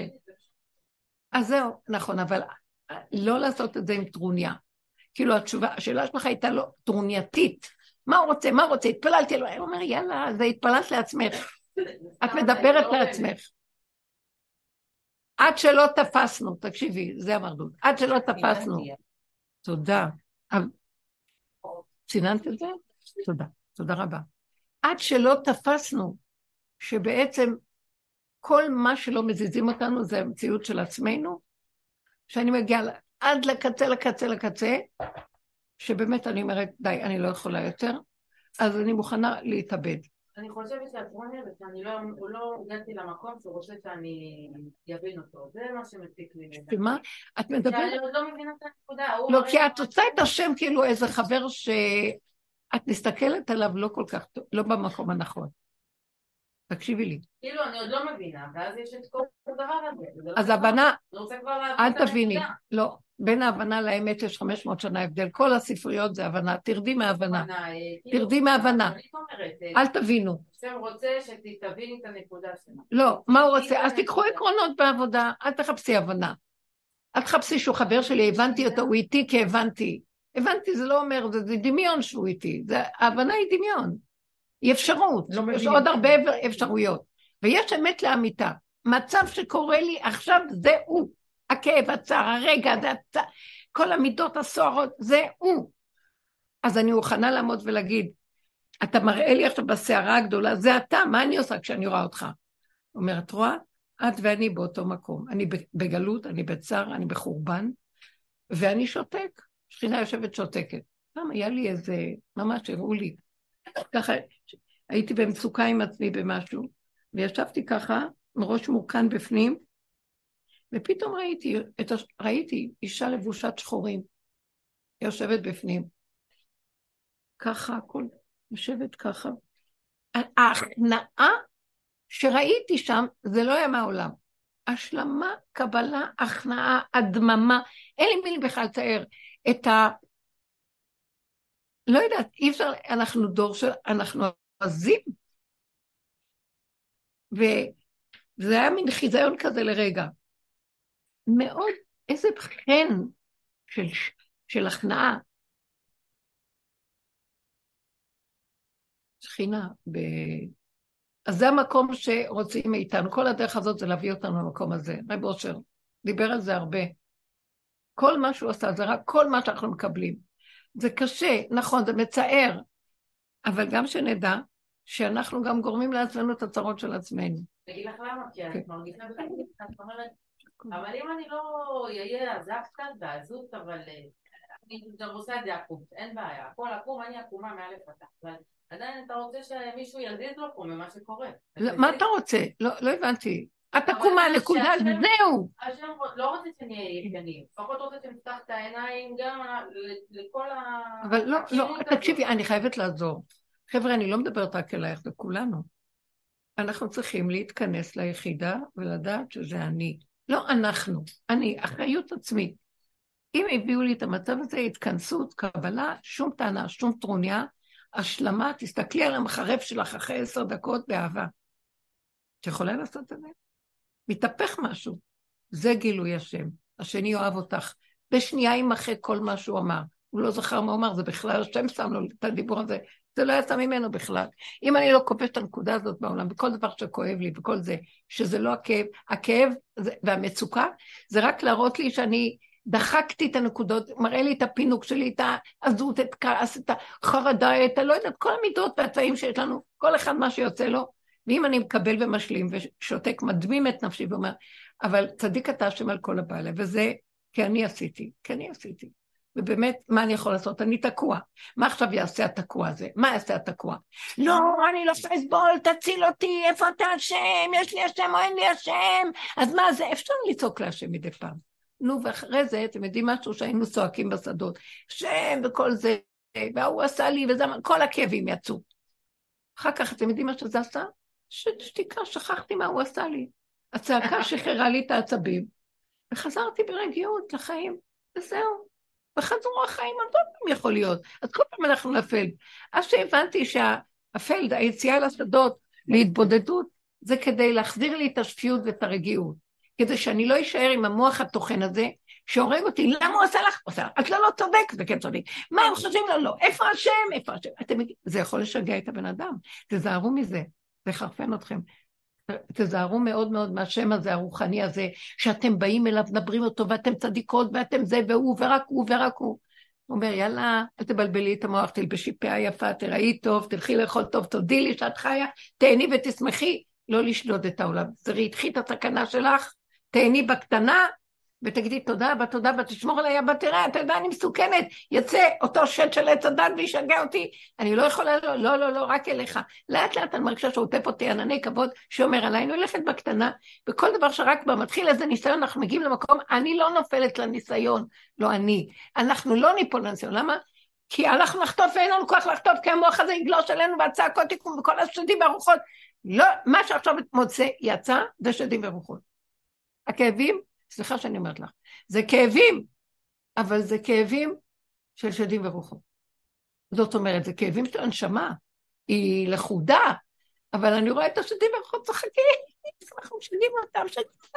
אז זהו, נכון, אבל לא לעשות את זה עם טרוניה. כאילו השאלה שלך הייתה לא טרונייתית. מה הוא רוצה? התפללתי לו. הוא אומר, יאללה, זה התפללת לעצמך. את מדברת לעצמך. עד שלא תפסנו, תקשיבי, זה המרדות. עד שלא תפסנו. תודה. ציננת את זה? תודה רבה. עד שלא תפסנו, שבעצם כל מה שלא מזיזים אותנו זה המציאות של עצמנו, שאני מגיעה עד לקצה, שבאמת אני אומרת, די, אני לא יכולה יותר, אז אני מוכנה להתאבד. אני חושבת שהטרוניה זה שאני לא הגעתי למקום שרוצה שאני יבין אותו, זה מה שמציק לי. ומה? את מדברת? שאני עוד לא מבינה את הנקודה. לא, כי את רוצה את השם כאילו איזה חבר שאת מסתכלת עליו לא כל כך טוב, לא במקום הנכון. תקשיבי לי. כאילו, אני עוד לא מבינה, ואז יש את כל הדבר הזה. אז הבנה, אל את תביני, הנקודה. לא, בין ההבנה לאמת יש 500 שנה הבדל, כל הספריות זה הבנה, תרדי מההבנה, תרדי מההבנה, אל תבינו. השם רוצה שתביני את הנקודה שלה. לא, מה הוא רוצה? אז תיקחו עקרונות בעבודה, אל תחפשי הבנה. אל תחפשי שהוא חבר שלי, הבנתי אותו, הוא איתי כי הבנתי. הבנתי זה לא אומר, זה דמיון שהוא איתי, ההבנה היא דמיון, היא אפשרות, יש עוד הרבה אפשרויות, ויש אמת לאמיתה, מצב שקורה לי עכשיו זה הוא, הכאב, הצער, הרגע, כל המידות הסוערות, זה הוא. אז אני מוכנה לעמוד ולהגיד, אתה מראה לי עכשיו בסערה הגדולה, זה אתה, מה אני עושה כשאני רואה אותך? אומרת, רואה? את ואני באותו מקום, אני בגלות, אני בצער, אני בחורבן, ואני שותק, שכינה יושבת שותקת. היה לי איזה, ממש הראו לי, ככה, הייתי במצוקה עם עצמי במשהו, וישבתי ככה, מראש מורכן בפנים, ופתאום ראיתי אישה לבושת שחורים, יושבת בפנים, ככה, הכל, יושבת ככה. ההכנעה שראיתי שם, זה לא היה מהעולם. השלמה, קבלה, הכנעה, הדממה, אין לי מילים בכלל לתאר את לא יודעת, אי אפשר, אנחנו דור אנחנו עזים, וזה היה מין חיזיון כזה לרגע. מאוד, איזה חן של הכנעה. שכינה. אז זה המקום שרוצים מאיתנו. כל הדרך הזאת זה להביא אותנו למקום הזה. רב אושר דיבר על זה הרבה. כל מה שהוא עשה, זה רק כל מה שאנחנו מקבלים. זה קשה, נכון, זה מצער, אבל גם שנדע שאנחנו גם גורמים לעצמנו את הצרות של עצמנו. תגיד לך למה? כי את מרגישה בכלל, את אומרת, אבל אם אני לא אהיה עזב קצת בעזות, אבל אני גם עושה את זה עקום, אין בעיה, הכל עקום, אני עקומה מאלף ותח, אבל עדיין אתה רוצה שמישהו יזיז לו פה ממה שקורה. מה אתה רוצה? לא הבנתי. את עקומה, נקודה, זהו. השם לא רוצה שנהיה ישנים, לפחות רוצה שנפתח את העיניים גם לכל ה... אבל לא, תקשיבי, אני חייבת לעזור. חבר'ה, אני לא מדברת רק אלייך, זה כולנו. אנחנו צריכים להתכנס ליחידה ולדעת שזה אני. לא אנחנו, אני, אחריות עצמית. אם הביאו לי את המצב הזה, התכנסות, קבלה, שום טענה, שום טרוניה, השלמה, תסתכלי על המחרף שלך אחרי 10 דקות באהבה. את יכולה לעשות את זה? מתהפך משהו. זה גילוי השם. השני אוהב אותך. בשנייה ימחה כל מה שהוא אמר. הוא לא זכר מה הוא אמר, זה בכלל השם שם לו את הדיבור הזה. זה לא יצא ממנו בכלל. אם אני לא כובש את הנקודה הזאת בעולם, בכל דבר שכואב לי, בכל זה, שזה לא הכאב, הכאב והמצוקה, זה רק להראות לי שאני דחקתי את הנקודות, מראה לי את הפינוק שלי, את העזות, את כעס, את החרדה, את לא יודעת, כל המידות והצעים שיש לנו, כל אחד מה שיוצא לו, ואם אני מקבל ומשלים ושותק, מדמים את נפשי ואומר, אבל צדיק אתה השם על כל הבעלה, וזה כי אני עשיתי. ובאמת, מה אני יכול לעשות? אני תקוע. מה עכשיו יעשה התקוע הזה? מה יעשה התקוע? לא, אני לא אסבול, תציל אותי, איפה אתה השם? יש לי השם או אין לי השם? אז מה זה? אפשר לצעוק להשם מדי פעם. נו, ואחרי זה, אתם יודעים משהו שהיינו צועקים בשדות. שם וכל זה, והוא עשה לי, וזה, כל הכאבים יצאו. אחר כך, אתם יודעים מה שזה עשה? שתיקה, שכחתי מה הוא עשה לי. הצעקה שחררה לי את העצבים, וחזרתי ברגיעות לחיים, וזהו. וחזרו החיים, עוד פעם יכול להיות. אז כל פעם אנחנו לפלד. אז שהבנתי שהפלד, היציאה לשדות, להתבודדות, זה כדי להחזיר לי את השפיות ואת הרגיעות. כדי שאני לא אשאר עם המוח התוכן הזה, שהורג אותי, למה הוא עשה לך? את לא צודק, זה כן צודק. מה הם חושבים לו? לא. איפה השם? זה יכול לשגע את הבן אדם. תזהרו מזה, זה חרפן אתכם. תזהרו מאוד מאוד מהשם הזה, הרוחני הזה, שאתם באים אליו, מדברים אותו, ואתם צדיקות, ואתם זה, והוא, ורק הוא, ורק הוא. הוא אומר, יאללה, אל תבלבלי את המוח, תלבשי פאה יפה, תראי טוב, תלכי לאכול טוב, תודי לי שאת חיה, תהני ותשמחי, לא לשדוד את העולם. זרי, תחי את הסכנה שלך, תהני בקטנה, ותגידי תודה אבא, תודה אבא, תשמור עליי אבא, תראה, אתה יודע, אני מסוכנת, יצא אותו שד של עץ הדת וישגע אותי, אני לא יכולה, לא, רק אליך. לאט לאט אני מרגישה שעוטף אותי ענני כבוד, שאומר עליי, אני הולכת בקטנה, וכל דבר שרק בה מתחיל איזה ניסיון, אנחנו מגיעים למקום, אני לא נופלת לניסיון, לא אני. אנחנו לא ניפול לניסיון, למה? כי הלכנו לחטוף ואין לנו כוח לחטוף, כי המוח הזה יגלוש עלינו והצעקות יקום וכל השדים והרוחות, לא, מה שעכשיו מוצא יצא, זה שדים ורוחות. הכאבים, סליחה שאני אומרת לך, זה כאבים, אבל זה כאבים של שדים ורוחות. זאת אומרת, זה כאבים של הנשמה, היא לחודה, אבל אני רואה את השדים ורוחות צחקים, אנחנו משגעים אותם,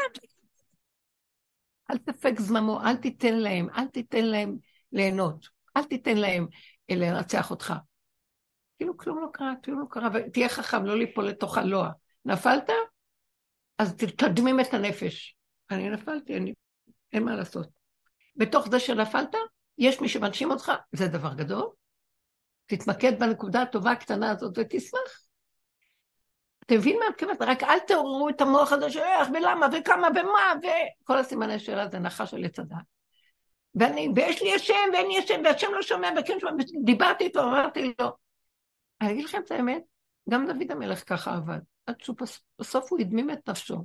אל תפק זממו, אל תיתן להם ליהנות, אל תיתן להם לנצח אותך. כאילו כלום לא קרה, ותהיה חכם, לא ליפול לתוך הלוע. נפלת? אז תקדמים את הנפש. אני נפלתי, אין מה לעשות. בתוך זה שנפלת, יש מי שמנשים אותך, זה דבר גדול. תתמקד בנקודה הטובה הקטנה הזאת ותשמח. אתם מבינים מה כמעט? רק אל תעוררו את המוח הזה של איך ולמה וכמה ומה וכל הסימני שאלה זה נחש על עץ הדעת. ויש לי השם ואין לי השם והשם לא שומע וכן שומע, דיברתי איתו, אמרתי לו. אני אגיד לכם את האמת, גם דוד המלך ככה עבד, עד שבסוף הוא הדמים את נפשו.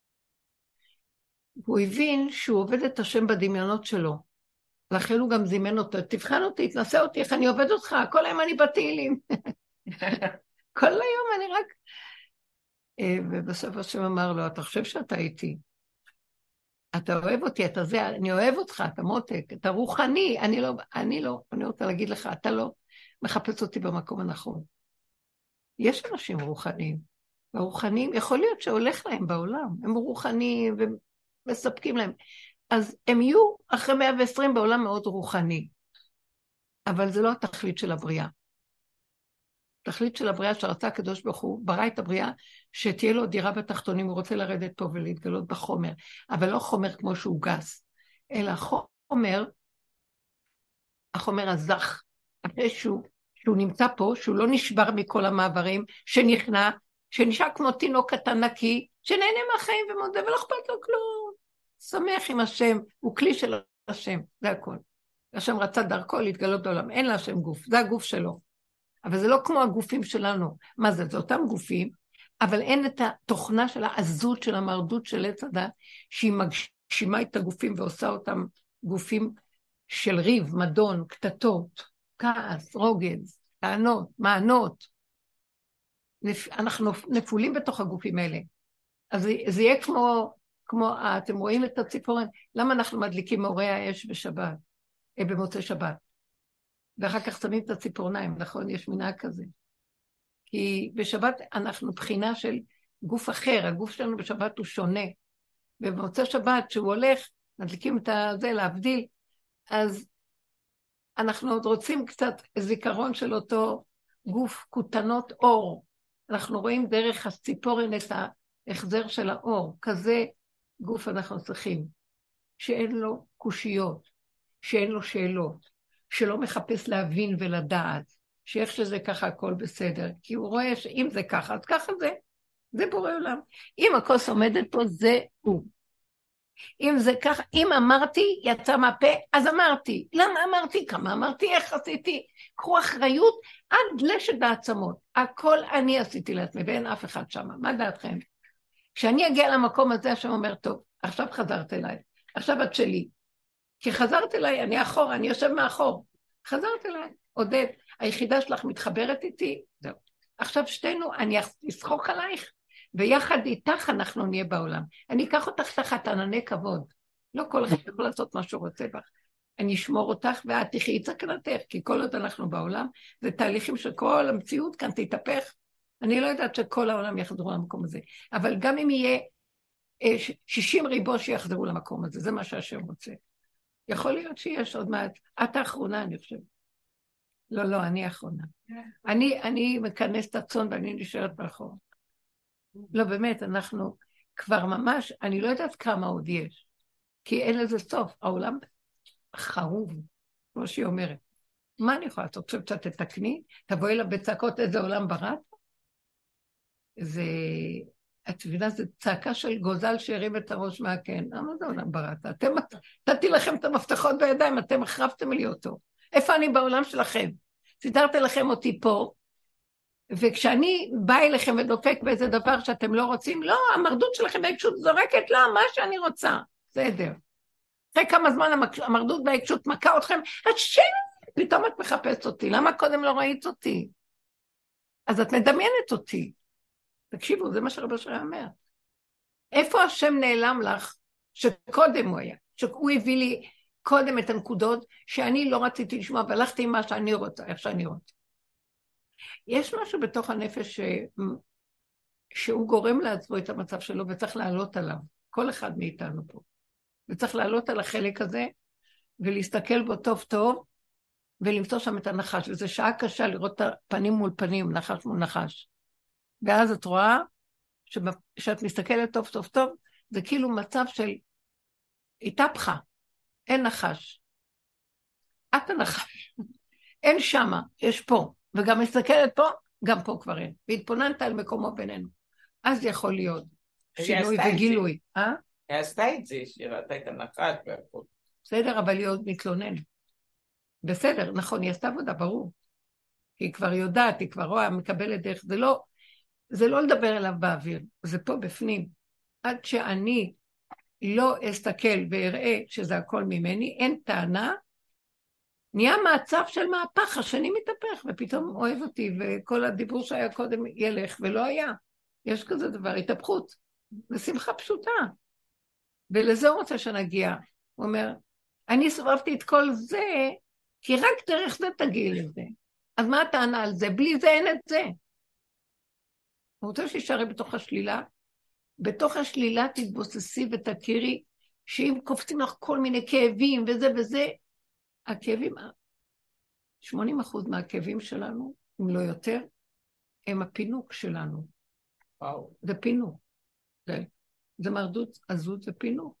הוא הבין שהוא עובד את השם בדמיונות שלו, לכן הוא גם זימן אותו, תבחן אותי, תנסה אותי, איך אני עובד אותך, כל היום אני בתהילים. כל היום אני רק... ובסוף השם אמר לו, אתה חושב שאתה איתי? אתה אוהב אותי, אתה זה, אני אוהב אותך, אתה מותק, אתה רוחני, אני רוצה להגיד לך, אתה לא מחפש אותי במקום הנכון. יש אנשים רוחניים, והרוחניים יכול להיות שהולך להם בעולם, הם רוחניים ומספקים להם, אז הם יהיו אחרי 120 בעולם מאוד רוחני, אבל זה לא התכלית של הבריאה. התכלית של הבריאה שרצה הקדוש ברוך הוא, ברא את הבריאה, שתהיה לו דירה בתחתונים, הוא רוצה לרדת פה ולהתגלות בחומר, אבל לא חומר כמו שהוא גס, אלא החומר הזך, אחרי שהוא נמצא פה, שהוא לא נשבר מכל המעברים, שנשאר כמו תינוק קטן נקי, שנהנה מהחיים ומודה, ולא אכפת לו כלום. שמח עם השם, הוא כלי של השם, זה הכל. השם רצה דרכו להתגלות בעולם, אין לה השם גוף, זה הגוף שלו. אבל זה לא כמו הגופים שלנו. מה זה? זה אותם גופים, אבל אין את התוכנה של העזות, של המרדות של עץ הדת, שהיא מגשימה את הגופים ועושה אותם גופים של ריב, מדון, קטטות, כעס, רוגז, טענות, מענות. אנחנו נפולים בתוך הגופים האלה. אז זה יהיה כמו אתם רואים את הציפורן, למה אנחנו מדליקים מאורי האש בשבת, במוצאי שבת? ואחר כך שמים את הציפורניים, נכון? יש מנהג כזה. כי בשבת אנחנו בחינה של גוף אחר, הגוף שלנו בשבת הוא שונה. ובמוצאי שבת, שהוא הולך, מדליקים את זה להבדיל, אז אנחנו עוד רוצים קצת זיכרון של אותו גוף כותנות אור. אנחנו רואים דרך הציפורן את ההחזר של האור. כזה גוף אנחנו צריכים, שאין לו קושיות, שאין לו שאלות. שלא מחפש להבין ולדעת, שאיך שזה ככה הכל בסדר, כי הוא רואה שאם זה ככה, אז ככה זה בורא עולם. אם הכוס עומדת פה, זה הוא. אם זה ככה, אם אמרתי, יצא מהפה, אז אמרתי. למה אמרתי? כמה אמרתי? איך עשיתי? קחו אחריות עד לשת בעצמות. הכל אני עשיתי לעצמי, ואין אף אחד שם. מה דעתכם? כשאני אגיע למקום הזה, השם אומר, טוב, עכשיו חזרת אליי, עכשיו את שלי. כי חזרת אליי, אני אחור, אני יושב מאחור. חזרת אליי, עודד, היחידה שלך מתחברת איתי, זהו. עכשיו שתינו, אני אשחוק עלייך, ויחד איתך אנחנו נהיה בעולם. אני אקח אותך תחת ענני כבוד. לא כל אחד יכול לעשות מה שהוא רוצה בך. אני אשמור אותך ואת תחי סכנתך, כי כל עוד אנחנו בעולם, זה תהליכים שכל המציאות כאן תתהפך. אני לא יודעת שכל העולם יחזרו למקום הזה, אבל גם אם יהיה 60 ריבו שיחזרו למקום הזה, זה מה שהשם רוצה. יכול להיות שיש עוד מעט, את האחרונה אני חושבת. לא, אני האחרונה. אני מכנס את הצאן ואני נשארת מאחור. לא, באמת, אנחנו כבר ממש, אני לא יודעת כמה עוד יש, כי אין לזה סוף, העולם חרוב, כמו שהיא אומרת. מה אני יכולה לעשות? עכשיו קצת תתקני, תבואי לה בצעקות איזה עולם בראת? זה... את מבינה, זה צעקה של גוזל שהרים את הראש מהקן. מה זה עולם בראת? אתם נתתי לכם את המפתחות בידיים, אתם החרבתם לי אותו. איפה אני בעולם שלכם? סידרתי לכם אותי פה, וכשאני באה אליכם ודופק באיזה דבר שאתם לא רוצים, לא, המרדות שלכם בהקשות זורקת, לא, מה שאני רוצה. בסדר. אחרי כמה זמן המרדות בהקשות מכה אתכם, השם, פתאום את מחפשת אותי, למה קודם לא ראית אותי? אז את מדמיינת אותי. תקשיבו, זה מה שרבא שרי אומר. איפה השם נעלם לך שקודם הוא היה? שהוא הביא לי קודם את הנקודות שאני לא רציתי לשמוע, והלכתי עם מה שאני רוצה, איך שאני רוצה. יש משהו בתוך הנפש שהוא גורם לעצמו את המצב שלו, וצריך לעלות עליו, כל אחד מאיתנו פה. וצריך לעלות על החלק הזה, ולהסתכל בו טוב טוב, ולמצוא שם את הנחש, וזו שעה קשה לראות את הפנים מול פנים, נחש מול נחש. ואז את רואה, שאת מסתכלת טוב טוב טוב, זה כאילו מצב של התהפכה, אין נחש. את הנחש, אין שמה, יש פה, וגם מסתכלת פה, גם פה כבר אין. והתפוננת על מקומו בינינו. אז יכול להיות שינוי וגילוי. היא עשתה את זה, שראתה את הנחש והכל. בסדר, אבל היא עוד מתלוננת. בסדר, נכון, היא עשתה עבודה, ברור. היא כבר יודעת, היא כבר רואה, מקבלת דרך. זה לא לדבר אליו באוויר, זה פה בפנים. עד שאני לא אסתכל ואראה שזה הכל ממני, אין טענה, נהיה מצב של מהפך, השני מתהפך, ופתאום אוהב אותי, וכל הדיבור שהיה קודם ילך, ולא היה. יש כזה דבר, התהפכות. זה שמחה פשוטה. ולזה הוא רוצה שנגיע. הוא אומר, אני סובבתי את כל זה, כי רק דרך זה תגיעי לזה. אז מה הטענה על זה? בלי זה אין את זה. הוא רוצה שישארי בתוך השלילה. בתוך השלילה תתבוססי ותכירי, שאם קופצים לך כל מיני כאבים וזה וזה, הכאבים, 80% מהכאבים שלנו, אם לא יותר, הם הפינוק שלנו. וואו. זה פינוק. זה מרדות, עזות ופינוק.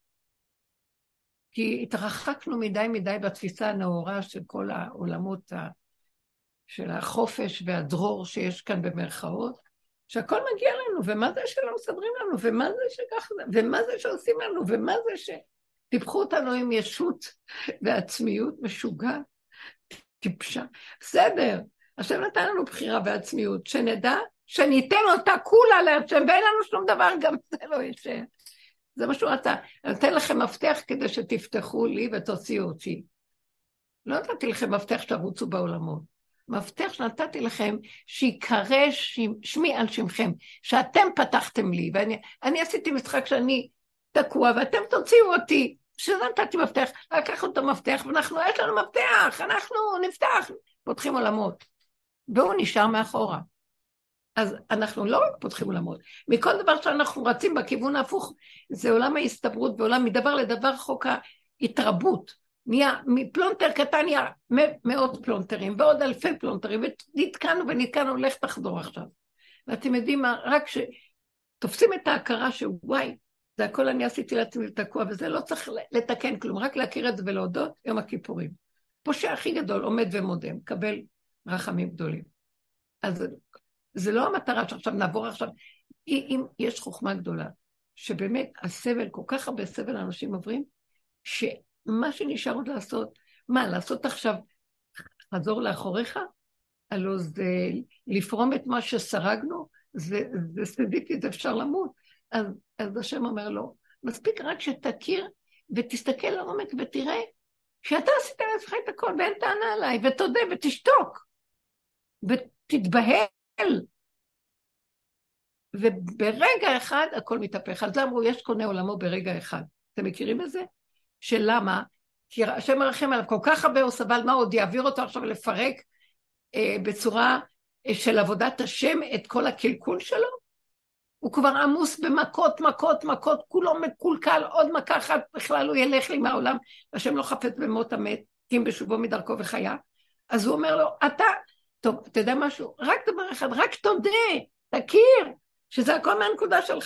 כי התרחקנו מדי בתפיסה הנאורה של כל העולמות של החופש והדרור שיש כאן במרכאות, שהכל מגיע לנו, ומה זה שלא מסדרים לנו, ומה זה שככה, ומה זה שעושים לנו, ומה זה שטיפחו אותנו עם ישות ועצמיות משוגעת, טיפשה. בסדר, השם נתן לנו בחירה ועצמיות, שנדע שניתן אותה כולה להשם, ואין לנו שום דבר, גם זה לא ישב. זה מה שהוא רצה. אני נותן לכם מפתח כדי שתפתחו לי ותוציאו אותי. לא נתתי לכם מפתח שתרוצו בעולמות. מפתח שנתתי לכם שיקרא שמי על שמכם, שאתם פתחתם לי, ואני עשיתי משחק שאני תקוע, ואתם תוציאו אותי. שזה נתתי מפתח, לקחנו את המפתח, ואנחנו, יש לנו מפתח, אנחנו נפתח, פותחים עולמות. והוא נשאר מאחורה. אז אנחנו לא רק פותחים עולמות, מכל דבר שאנחנו רצים בכיוון ההפוך, זה עולם ההסתברות, ועולם מדבר לדבר חוק ההתרבות, נהיה מפלונטר קטן נהיה מאות פלונטרים, ועוד אלפי פלונטרים, ונתקענו, לך תחזור עכשיו. ואתם יודעים מה, רק שתופסים את ההכרה שוואי, זה הכל אני עשיתי לעצמי לתקוע, וזה לא צריך לתקן כלום, רק להכיר את זה ולהודות יום הכיפורים. פושע הכי גדול עומד ומודה, מקבל רחמים גדולים. אז זה לא המטרה שעכשיו נעבור עכשיו, אם יש חוכמה גדולה, שבאמת הסבל, כל כך הרבה סבל האנשים עוברים, שמה שנשאר עוד לעשות, לעשות עכשיו, חזור לאחוריך, הלוא זה לפרום את מה שסרגנו, זה סדיפי, זה אפשר למות. אז השם אומר לו, מספיק רק שתכיר ותסתכל לעומק ותראה, שאתה עשית לעצמך את הכל ואין טענה עליי, ותודה ותשתוק, ותתבהל, וברגע אחד הכל מתהפך. אז אמרו, יש קונה עולמו ברגע אחד. אתם מכירים את זה? שלמה? כי השם מרחם עליו כל כך הרבה הוא סבל, מה עוד יעביר אותו עכשיו לפרק בצורה של עבודת השם את כל הקלקול שלו? הוא כבר עמוס במכות, כולו מקולקל, עוד מכה אחת בכלל הוא ילך לי מהעולם, השם לא חפץ במות המת, כי אם בשובו מדרכו וחיה. אז הוא אומר לו, טוב, אתה יודע משהו? רק דבר אחד, רק תודה, תכיר, שזה הכל מהנקודה שלך.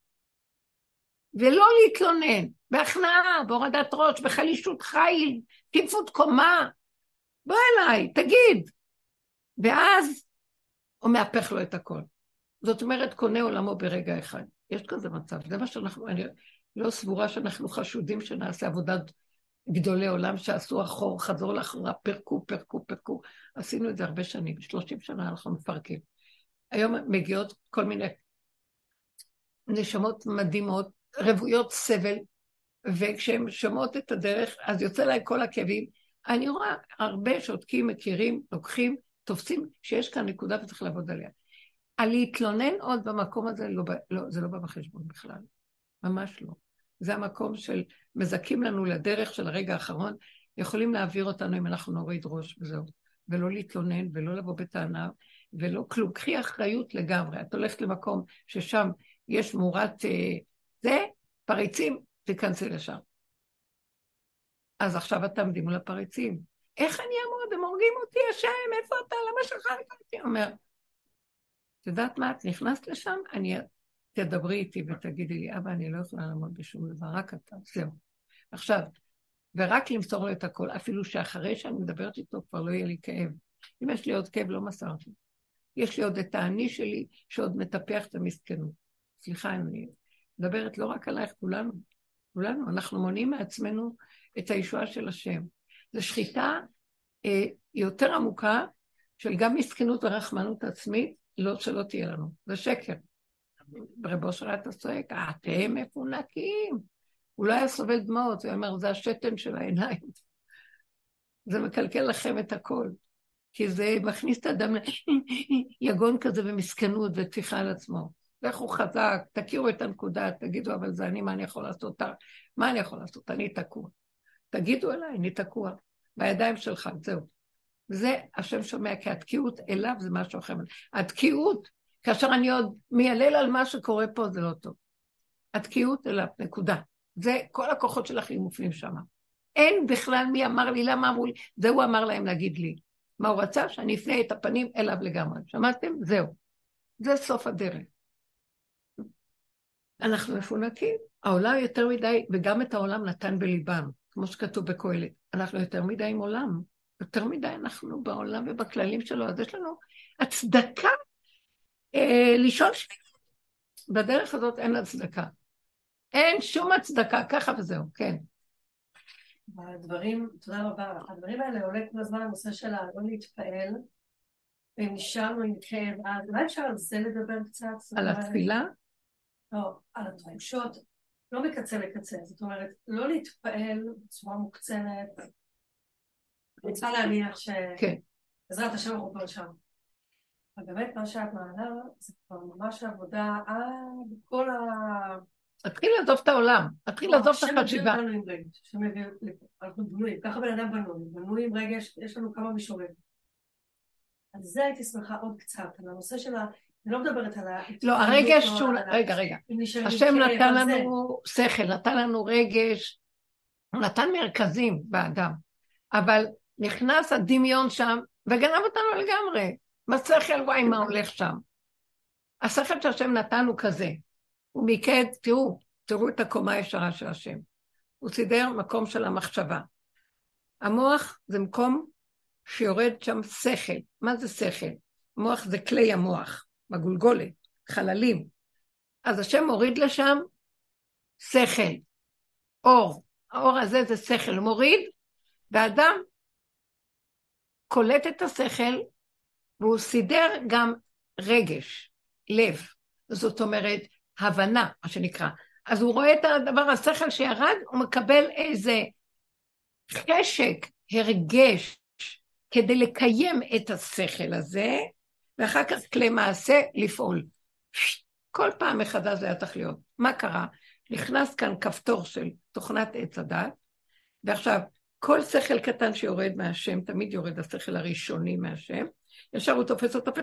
ולא להתלונן, בהכנעה, בהורדת ראש, בחלישות חיל, טיפות קומה. בוא אליי, תגיד. ואז הוא מהפך לו את הכל. זאת אומרת, קונה עולמו ברגע אחד. יש כזה מצב. זה מה שאנחנו, אני לא סבורה שאנחנו חשודים שנעשה עבודת גדולי עולם שעשו אחור, חזור לאחורה, פרקו. עשינו את זה הרבה שנים, 30 שנה אנחנו מפרקים. היום מגיעות כל מיני נשמות מדהימות, רבויות סבל, וכשהן שומעות את הדרך, אז יוצא להם כל הכאבים. אני רואה הרבה שותקים, מכירים, לוקחים, תופסים שיש כאן נקודה וצריך לעבוד עליה. על להתלונן עוד במקום הזה, זה לא בא בחשבון בכלל. ממש לא. זה המקום של מזכים לנו לדרך של הרגע האחרון, יכולים להעביר אותנו אם אנחנו נוריד ראש וזהו. ולא להתלונן ולא לבוא בטענה ולא כלום. קחי אחריות לגמרי. את הולכת למקום ששם יש מורת פריצים, תיכנסי לשם. אז עכשיו את תעמדי מול הפריצים. איך אני אעמוד? הם הורגים אותי, השם, איפה אתה? למה שחררת אותי? אומר, את יודעת מה? את נכנסת לשם? תדברי איתי ותגידי לי, אבא, אני לא יכולה לעמוד בשום דבר, רק אתה, זהו. עכשיו, ורק למסור לו את הכל, אפילו שאחרי שאני מדברת איתו כבר לא יהיה לי כאב. אם יש לי עוד כאב, לא מסרתי. יש לי עוד את העני שלי, שעוד מטפח את המסכנות. סליחה, אני מדברת לא רק עלייך, כולנו, אנחנו מונעים מעצמנו את הישועה של השם. זו שחיטה יותר עמוקה, של גם מסכנות ורחמנות עצמית, לא שלא תהיה לנו. זה שקר. ברבו שלה אתה צועק, אתם מפונקים. הוא לא היה סובל דמעות, הוא אומר, זה השתן של העיניים. זה מקלקל לכם את הכל. כי זה מכניס את האדם יגון כזה ומסכנות ותפיחה על עצמו. לכו חזק, תכירו את הנקודה, תגידו, אבל זה אני, מה אני יכול לעשות? מה אני יכול לעשות? אני תקוע. תגידו אליי, אני תקוע. בידיים שלך, זהו. זה השם שומע, כי התקיעות אליו זה משהו אחר. התקיעות, כאשר אני עוד מיילל על מה שקורה פה, זה לא טוב. התקיעות אליו, נקודה. זה כל הכוחות שלכם מופנים שם. אין בכלל מי אמר לי, למה אמרו לי, זה הוא אמר להם להגיד לי. מה הוא רצה? שאני אפנה את הפנים אליו לגמרי. שמעתם? זהו. זה סוף הדרך. אנחנו מפונקים. העולם יותר מדי, וגם את העולם נתן בליבם, כמו שכתוב בקהלת. אנחנו יותר מדי עם עולם. יותר מדי אנחנו בעולם ובכללים שלו. אז יש לנו הצדקה לישון שלי. בדרך הזאת אין הצדקה. אין שום הצדקה, ככה וזהו, כן. הדברים, תודה רבה, הדברים האלה עולה כל הזמן הנושא של לא להתפעל, ואם נשארנו עם כאב, אז אולי אפשר על זה לדבר קצת? על התפילה? לא, על התחושות, לא מקצה לקצה, זאת אומרת, לא להתפעל בצורה מוקצנת, אני צריכה להניח שבעזרת השם אנחנו כבר שם. אבל באמת מה שאת מעלה, זה כבר ממש עבודה בכל התחיל לעזוב את העולם, התחיל לעזוב את החשיבה. השם מביא אותנו עם רגש, אנחנו בנויים, ככה בן אדם בנוי עם רגש, יש לנו כמה מישורים. על זה הייתי שמחה עוד קצת, על הנושא של אני לא מדברת על לא, הרגש שהוא, רגע, השם נתן לנו שכל, נתן לנו רגש, הוא נתן מרכזים באדם, אבל נכנס הדמיון שם, וגנב אותנו לגמרי, בשכל וואי מה הולך שם. השכל שהשם נתן הוא כזה, הוא מיקד, תראו את הקומה הישרה של השם. הוא סידר מקום של המחשבה. המוח זה מקום שיורד שם שכל. מה זה שכל? מוח זה כלי המוח, בגולגולת, חללים. אז השם מוריד לשם שכל, אור. האור הזה זה שכל, מוריד, והאדם קולט את השכל, והוא סידר גם רגש, לב. זאת אומרת, הבנה, מה שנקרא. אז הוא רואה את הדבר, השכל שירד, הוא מקבל איזה חשק, הרגש, כדי לקיים את השכל הזה, ואחר כך כלי מעשה לפעול. כל פעם מחדש זה היה צריך להיות. מה קרה? נכנס כאן כפתור של תוכנת עץ הדת, ועכשיו, כל שכל קטן שיורד מהשם, תמיד יורד השכל הראשוני מהשם, ישר הוא תופס אותו,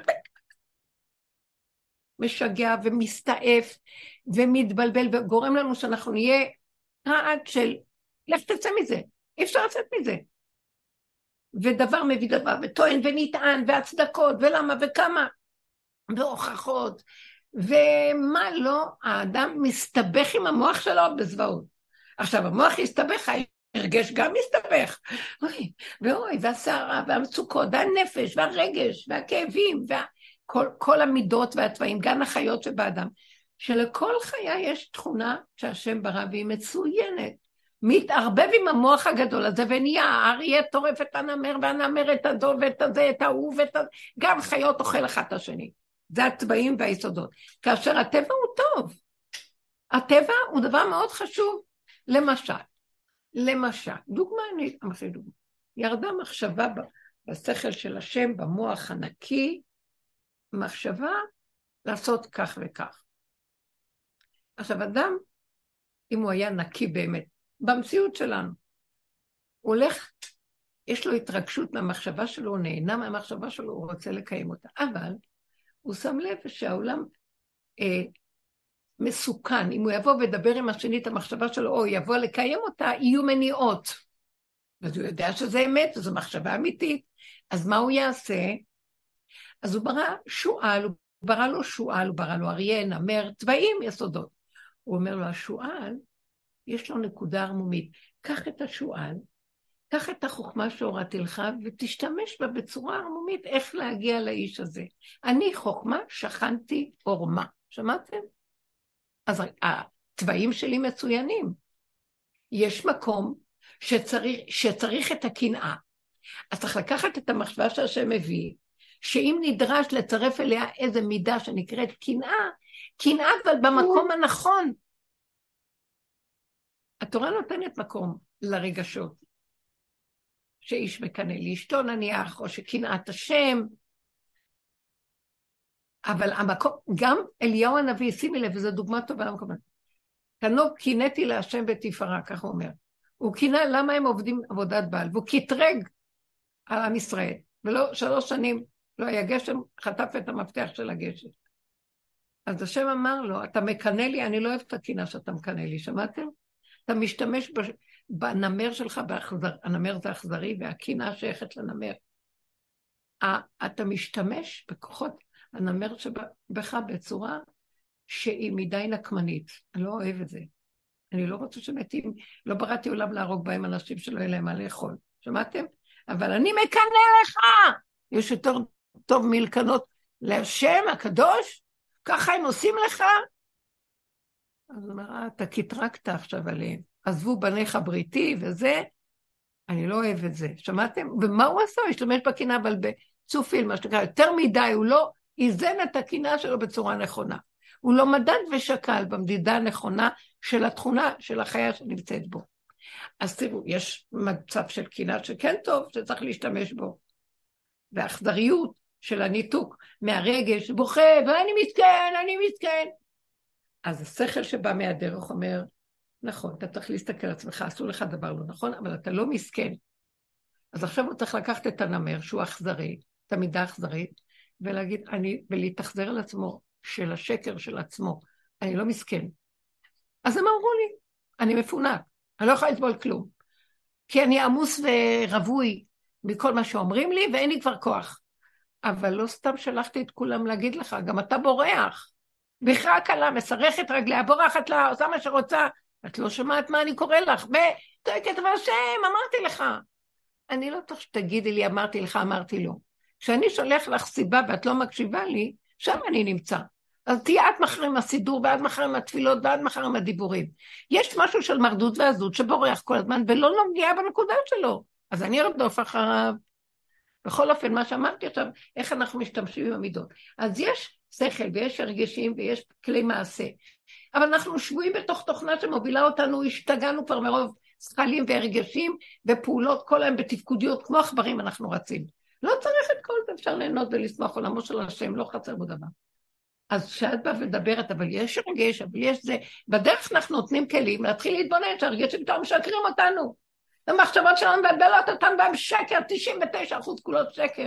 משגע ומסתעף ומתבלבל וגורם לנו שאנחנו נהיה רעד של לך תצא מזה, אי אפשר לצאת מזה. ודבר מביא דבר וטוען ונטען והצדקות ולמה וכמה והוכחות ומה לא, האדם מסתבך עם המוח שלו בזוועות. עכשיו המוח יסתבך, הרגש גם מסתבך, ואוי והשערה והמצוקות והנפש והרגש והכאבים כל המידות והטבעים, גם החיות שבאדם, שלכל חיה יש תכונה שהשם ברא והיא מצוינת, מתערבב עם המוח הגדול הזה, ונהיה האריה טורף את הנמר, והנמר את הדוב ואת הזה, את ההוא, גם חיות אוכל אחד את השני. זה הטבעים והיסודות. כאשר הטבע הוא טוב. הטבע הוא דבר מאוד חשוב. למשל, דוגמה, אני אמרתי דוגמה. ירדה מחשבה בשכל של השם, במוח הנקי, מחשבה לעשות כך וכך. עכשיו, אדם, אם הוא היה נקי באמת, במציאות שלנו, הוא הולך, יש לו התרגשות מהמחשבה שלו, הוא נהנה מהמחשבה שלו, הוא רוצה לקיים אותה. אבל הוא שם לב שהעולם מסוכן. אם הוא יבוא ודבר עם השני את המחשבה שלו, או יבוא לקיים אותה, יהיו מניעות. אז הוא יודע שזה אמת, זו מחשבה אמיתית. אז מה הוא יעשה? אז הוא ברא שואל, הוא ברא לו שואל, הוא ברא לו אריה, נמר, צבעים, יסודות. הוא אומר לו, השואל, יש לו נקודה ערמומית. קח את השואל, קח את החוכמה שהורדתי לך, ותשתמש בה בצורה ערמומית, איך להגיע לאיש הזה. אני חוכמה, שכנתי עורמה. שמעתם? אז הצבעים שלי מצוינים. יש מקום שצריך את הקנאה. אז צריך לקחת את המחשבה שהשם מביא, שאם נדרש לצרף אליה איזה מידה שנקראת קנאה, קנאה אבל במקום הנכון. התורה נותנת מקום לרגשות, שאיש מקנא לאשתו נניח, או שקנאת השם, אבל המקום, גם אליהו הנביא, שימי לב, וזו דוגמה טובה למקום. כנו קינאתי להשם בתפארה, כך הוא אומר. הוא קינא למה הם עובדים עבודת בעל, והוא קטרג על עם ישראל, ולא 3 שנים לא היה גשם, חטף את המפתח של הגשם. אז השם אמר לו, אתה מקנא לי, אני לא אוהב את הקנאה שאתה מקנא לי, שמעתם? אתה משתמש בנמר שלך, הנמר זה אכזרי, והקנאה שייכת לנמר. אתה משתמש בכוחות הנמר שבך בצורה שהיא מדי נקמנית. אני לא אוהב את זה. אני לא רוצה שמתים, לא בראתי עולם להרוג בהם אנשים שלא יהיה להם מה לאכול. שמעתם? אבל אני מקנא לך! יש יותר טוב מלקנות להשם הקדוש? ככה הם עושים לך? אז הוא אומר, אתה קטרקת עכשיו עליהם. עזבו בניך בריתי וזה, אני לא אוהב את זה. שמעתם? ומה הוא עשה? הוא השתמש בקנאה, אבל בצופיל, מה שנקרא, יותר מדי, הוא לא איזן את הקנאה שלו בצורה נכונה. הוא לא מדד ושקל במדידה הנכונה של התכונה של החיה שנמצאת בו. אז תראו, יש מצב של קנאה שכן טוב, שצריך להשתמש בו. והאכזריות של הניתוק מהרגש, בוכה, ואני מסכן, אני מסכן. אז השכל שבא מהדרך אומר, נכון, אתה צריך להסתכל על עצמך, עשו לך דבר לא נכון, אבל אתה לא מסכן. אז עכשיו הוא צריך לקחת את הנמר, שהוא אכזרי, את המידה אכזרית, ולהגיד, ולהתאכזר על עצמו, של השקר של עצמו, אני לא מסכן. אז הם אמרו לי, אני מפונק, אני לא יכולה לסבול כלום, כי אני עמוס ורבוי מכל מה שאומרים לי, ואין לי כבר כוח. אבל לא סתם שלחתי את כולם להגיד לך, גם אתה בורח, בכלל קלה, מסרכת רגליה, בורחת לה, עושה מה שרוצה, את לא שמעת מה אני קורא לך, ותועקת והשם, אמרתי לך. אני לא צריך שתגידי לי, אמרתי לך, אמרתי לו. כשאני שולח לך סיבה ואת לא מקשיבה לי, שם אני נמצא. אז תהיה את מחר עם הסידור, ועד מחר עם התפילות, ועד מחר עם הדיבורים. יש משהו של מרדות ועזות שבורח כל הזמן, ולא נוגע בנקודה שלו. אז אני ארדוף אחריו. בכל אופן, מה שאמרתי עכשיו, איך אנחנו משתמשים עם המידות. אז יש שכל, ויש הרגשים, ויש כלי מעשה. אבל אנחנו שבועים בתוך תוכנה שמובילה אותנו, השתגענו כבר מרוב שכלים והרגשים, ופעולות כל היום בתפקודיות, כמו עכברים אנחנו רצים. לא צריך את כל זה, אפשר ליהנות ולשמח עולמו של השם, לא חסר בו דבר. אז כשאת באה ודברת, אבל יש רגש, אבל יש זה, בדרך אנחנו נותנים כלים, להתחיל להתבונן שהרגשים כבר משקרים אותנו. המחשבות שלנו מבלבלות אותנו בהם שקר, 99% כולות שקר.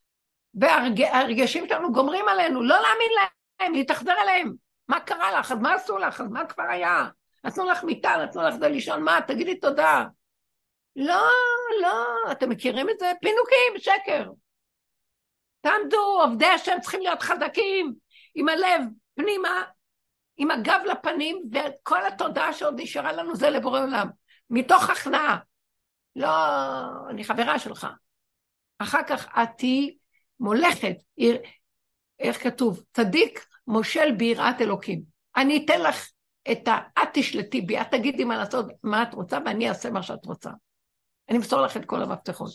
והרגשים שלנו גומרים עלינו, לא להאמין להם, להתאכזר עליהם. מה קרה לך? אז מה עשו לך? אז מה כבר היה? נתנו לך מיטה, נתנו לך זה לישון, מה? תגידי תודה. לא, לא, אתם מכירים את זה? פינוקים, שקר. תעמדו, עובדי השם צריכים להיות חזקים, עם הלב פנימה, עם הגב לפנים, וכל התודעה שעוד נשארה לנו זה לבורא עולם. מתוך הכנעה. לא, אני חברה שלך. אחר כך את תהי מולכת, איך כתוב? צדיק מושל ביראת אלוקים. אני אתן לך את את תשלטי בי, את תגידי מה לעשות, מה את רוצה, ואני אעשה מה שאת רוצה. אני אמסור לך את כל המפתחות.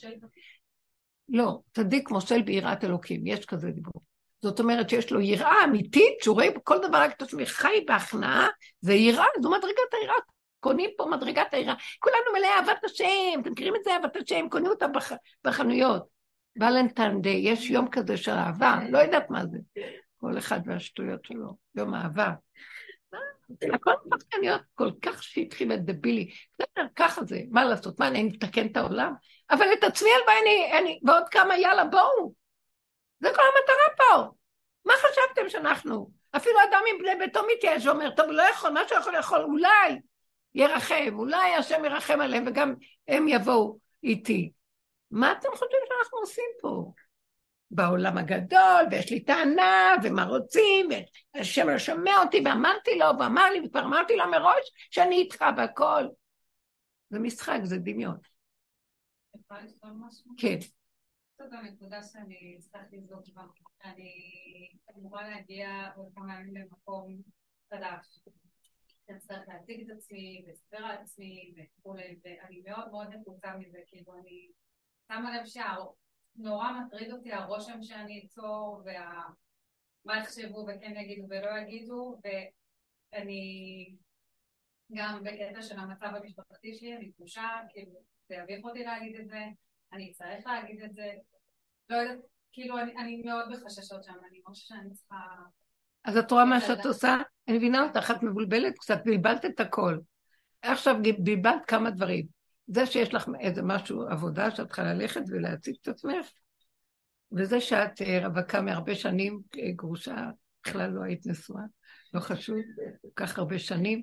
לא, צדיק מושל ביראת אלוקים, יש כזה דיבור. זאת אומרת שיש לו יראה אמיתית, שהוא רואה כל דבר רק את עצמי חי בהכנעה, זה יראה, זו מדרגת היראה. קונים פה מדרגת היראה. כולנו מלא אהבת השם, אתם מכירים את זה, אהבת השם, קונים אותה בחנויות. ולנטיין דיי, יש יום כזה של אהבה, לא יודעת מה זה. כל אחד והשטויות שלו, יום אהבה. הכל מפחד להיות כל כך שהתחיל לדבילי, ככה זה, מה לעשות, מה, אני מתקן את העולם? אבל את עצמי אני, ועוד כמה, יאללה, בואו. זה כל המטרה פה. מה חשבתם שאנחנו? אפילו אדם עם בני ביתו מתייאש ואומר, טוב, לא יכול, מה שהוא יכול, אולי ירחם, אולי השם ירחם עליהם, וגם הם יבואו איתי. מה אתם חושבים שאנחנו עושים פה? בעולם הגדול, ויש לי טענה, ומה רוצים, והשם לא שומע אותי, ואמרתי לו, ואמר לי, וכבר אמרתי לו מראש, שאני איתך בכל. זה משחק, זה דמיון. יכולה לשאול משהו? כן. זאת הנקודה שאני צריכה לבדוק בה. אני אמורה להגיע עוד כמה ימים למקום חדש. אני צריך להציג את עצמי, לספר על עצמי, ואני מאוד מאוד נחוצה מזה, כאילו אני שמה לב נורא מטריד אותי הרושם שאני אצור, ומה יחשבו וכן יגידו ולא יגידו, ואני גם בקטע של המצב המשפחתי שלי, אני תחושה, כאילו, זה יביך אותי להגיד את זה, אני צריך להגיד את זה, לא יודעת, כאילו, אני מאוד בחששות שם, אני חושבת שאני צריכה... אז את רואה מה שאת עושה? אני מבינה אותך, את מבולבלת קצת, בלבלת את הכל. עכשיו בלבלת כמה דברים. זה שיש לך איזה משהו, עבודה שאת צריכה ללכת ולהציג את עצמך, וזה שאת רווקה מהרבה שנים, גרושה, בכלל לא היית נשואה, לא חשוב, כך הרבה שנים,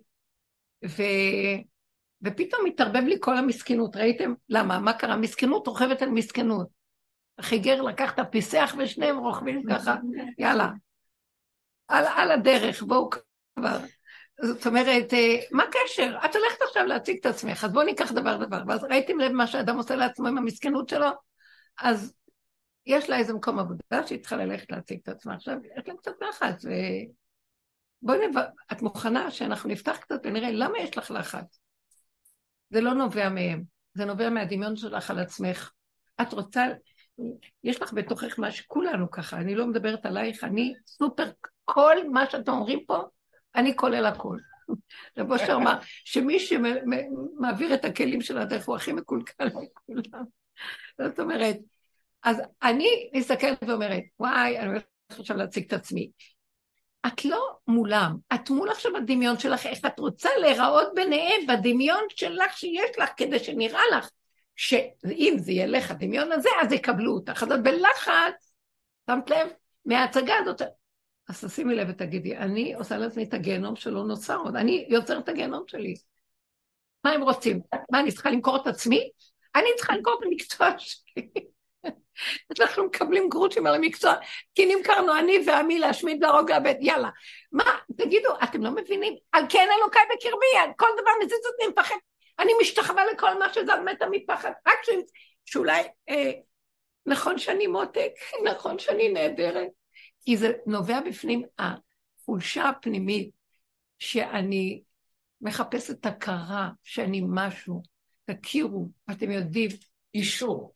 ופתאום מתערבב לי כל המסכנות, ראיתם? למה? מה קרה? מסכנות רוכבת על מסכנות. החיגר לקח את הפיסח ושניהם רוכבים ככה, יאללה, על הדרך, בואו כבר. זאת אומרת, מה הקשר? את הולכת עכשיו להציג את עצמך, אז בואו ניקח דבר. ואז ראיתם לב מה שאדם עושה לעצמו עם המסכנות שלו? אז יש לה איזה מקום עבודה שהיא צריכה ללכת להציג את עצמה. עכשיו, יש לה קצת לחץ, בואי את מוכנה שאנחנו נפתח קצת ונראה למה יש לך לחץ? זה לא נובע מהם, זה נובע מהדמיון שלך על עצמך. את רוצה, יש לך בתוכך מה שכולנו ככה, אני לא מדברת עלייך, אני סופר, כל מה שאתם אומרים פה, אני כולל הכל. רבו שאומר, שמי שמעביר את הכלים של הדרך הוא הכי מקולקל מכולם. זאת אומרת, אז אני מסתכלת ואומרת, וואי, אני הולכת עכשיו להציג את עצמי. את לא מולם, את מול עכשיו הדמיון שלך, איך את רוצה להיראות ביניהם בדמיון שלך שיש לך, כדי שנראה לך, שאם זה יהיה לך הדמיון הזה, אז יקבלו אותך. אז את בלחץ, שמת לב, מההצגה הזאת, אז תשימי לב ותגידי, אני עושה לעצמי את הגיהנום שלא נוצר עוד, אני יוצר את הגיהנום שלי. מה הם רוצים? מה, אני צריכה למכור את עצמי? אני צריכה למכור את המקצוע שלי. אנחנו מקבלים גרושים על המקצוע, כי נמכרנו אני ועמי להשמיד להרוג לאבד, יאללה. מה, תגידו, אתם לא מבינים? על כן אלוקי בקרבי, כל דבר מזיז אותי מפחד, אני משתחווה לכל מה שזה מתה מפחד, רק שאולי, נכון שאני מותק, נכון שאני נהדרת, כי זה נובע בפנים החולשה הפנימית, שאני מחפשת הכרה, שאני משהו, תכירו, אתם יודעים, אישור.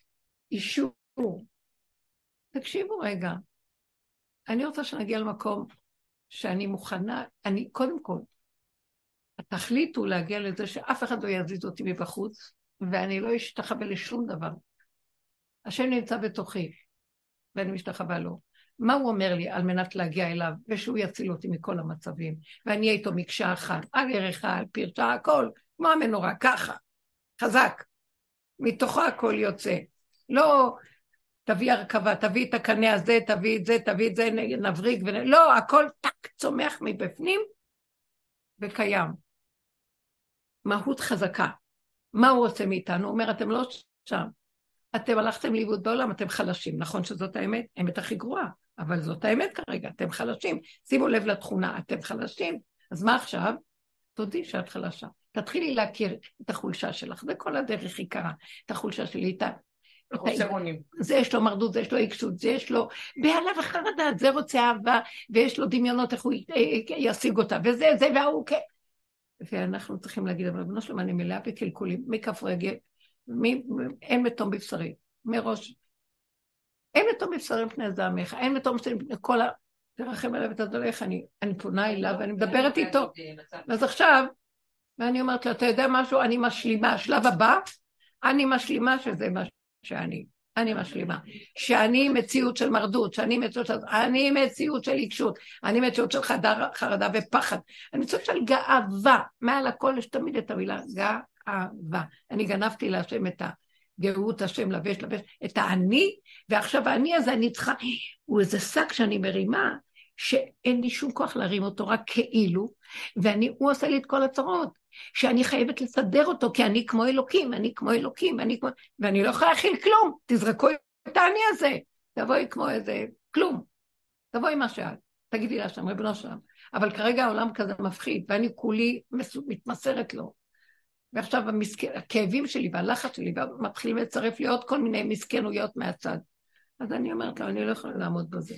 תקשיבו רגע, אני רוצה שנגיע למקום שאני מוכנה, אני קודם כל, התכלית הוא להגיע לזה שאף אחד לא יזיז אותי מבחוץ, ואני לא אשתחווה לשום דבר. השם נמצא בתוכי, ואני משתחווה לו. מה הוא אומר לי על מנת להגיע אליו, ושהוא יציל אותי מכל המצבים, ואני אהיה איתו מקשה אחת, על ערכה, על פרשה, הכל, כמו המנורה, ככה, חזק, מתוכו הכל יוצא. לא תביא הרכבה, תביא את הקנה הזה, תביא את זה, נבריג, לא, הכל טק, צומח מבפנים, וקיים. מהות חזקה. מה הוא רוצה מאיתנו? הוא אומר, אתם לא שם. אתם הלכתם לאיבוד בעולם, אתם חלשים. נכון שזאת האמת? האמת הכי גרועה, אבל זאת האמת כרגע, אתם חלשים. שימו לב לתכונה, אתם חלשים. אז מה עכשיו? תודי שאת חלשה. תתחילי להכיר את החולשה שלך, זה כל הדרך היא קרה. את החולשה שלי איתה. זה יש לו מרדות, זה יש לו עיקשות, זה יש לו בעלה וחרדה, זה רוצה אהבה, ויש לו דמיונות איך הוא ישיג אותה, וזה, והוא כן. ואנחנו צריכים להגיד, אבל בנו שלמה, אני מלאה בקלקולים, מכף רגל, אין מתום בבשרי, מראש. אין מתום בבשרי מפני זעמך, אין מתום בבשרי מפני כל תרחם עליו ותדלך, אני פונה אליו ואני מדברת איתו. אז עכשיו, ואני אומרת לו, אתה יודע משהו, אני משלימה, השלב הבא, אני משלימה שזה מה שאני. אני משלימה. שאני מציאות של מרדות, אני מציאות של עיקשות, אני מציאות של חרדה ופחד, אני מציאות של גאווה, מעל הכל יש תמיד את המילה גאווה. אני גנבתי להשם את הגאות השם לבש, את האני, ועכשיו האני הזה אני צריכה, הוא איזה שק שאני מרימה, שאין לי שום כוח להרים אותו, רק כאילו, והוא עושה לי את כל הצרות, שאני חייבת לסדר אותו, כי אני כמו אלוקים, ואני לא יכולה להכיל כלום, תזרקו את האני הזה, תבואי כמו איזה, כלום, תבואי מה שאת, תגידי לה שם, רבנו שם, אבל כרגע העולם כזה מפחיד, ואני כולי מתמסרת לו, ועכשיו הכאבים שלי והלחץ שלי, מתחילים לצרף לי עוד כל מיני מסכנויות מהצד, אז אני אומרת לו, אני לא יכולה לעמוד בזה,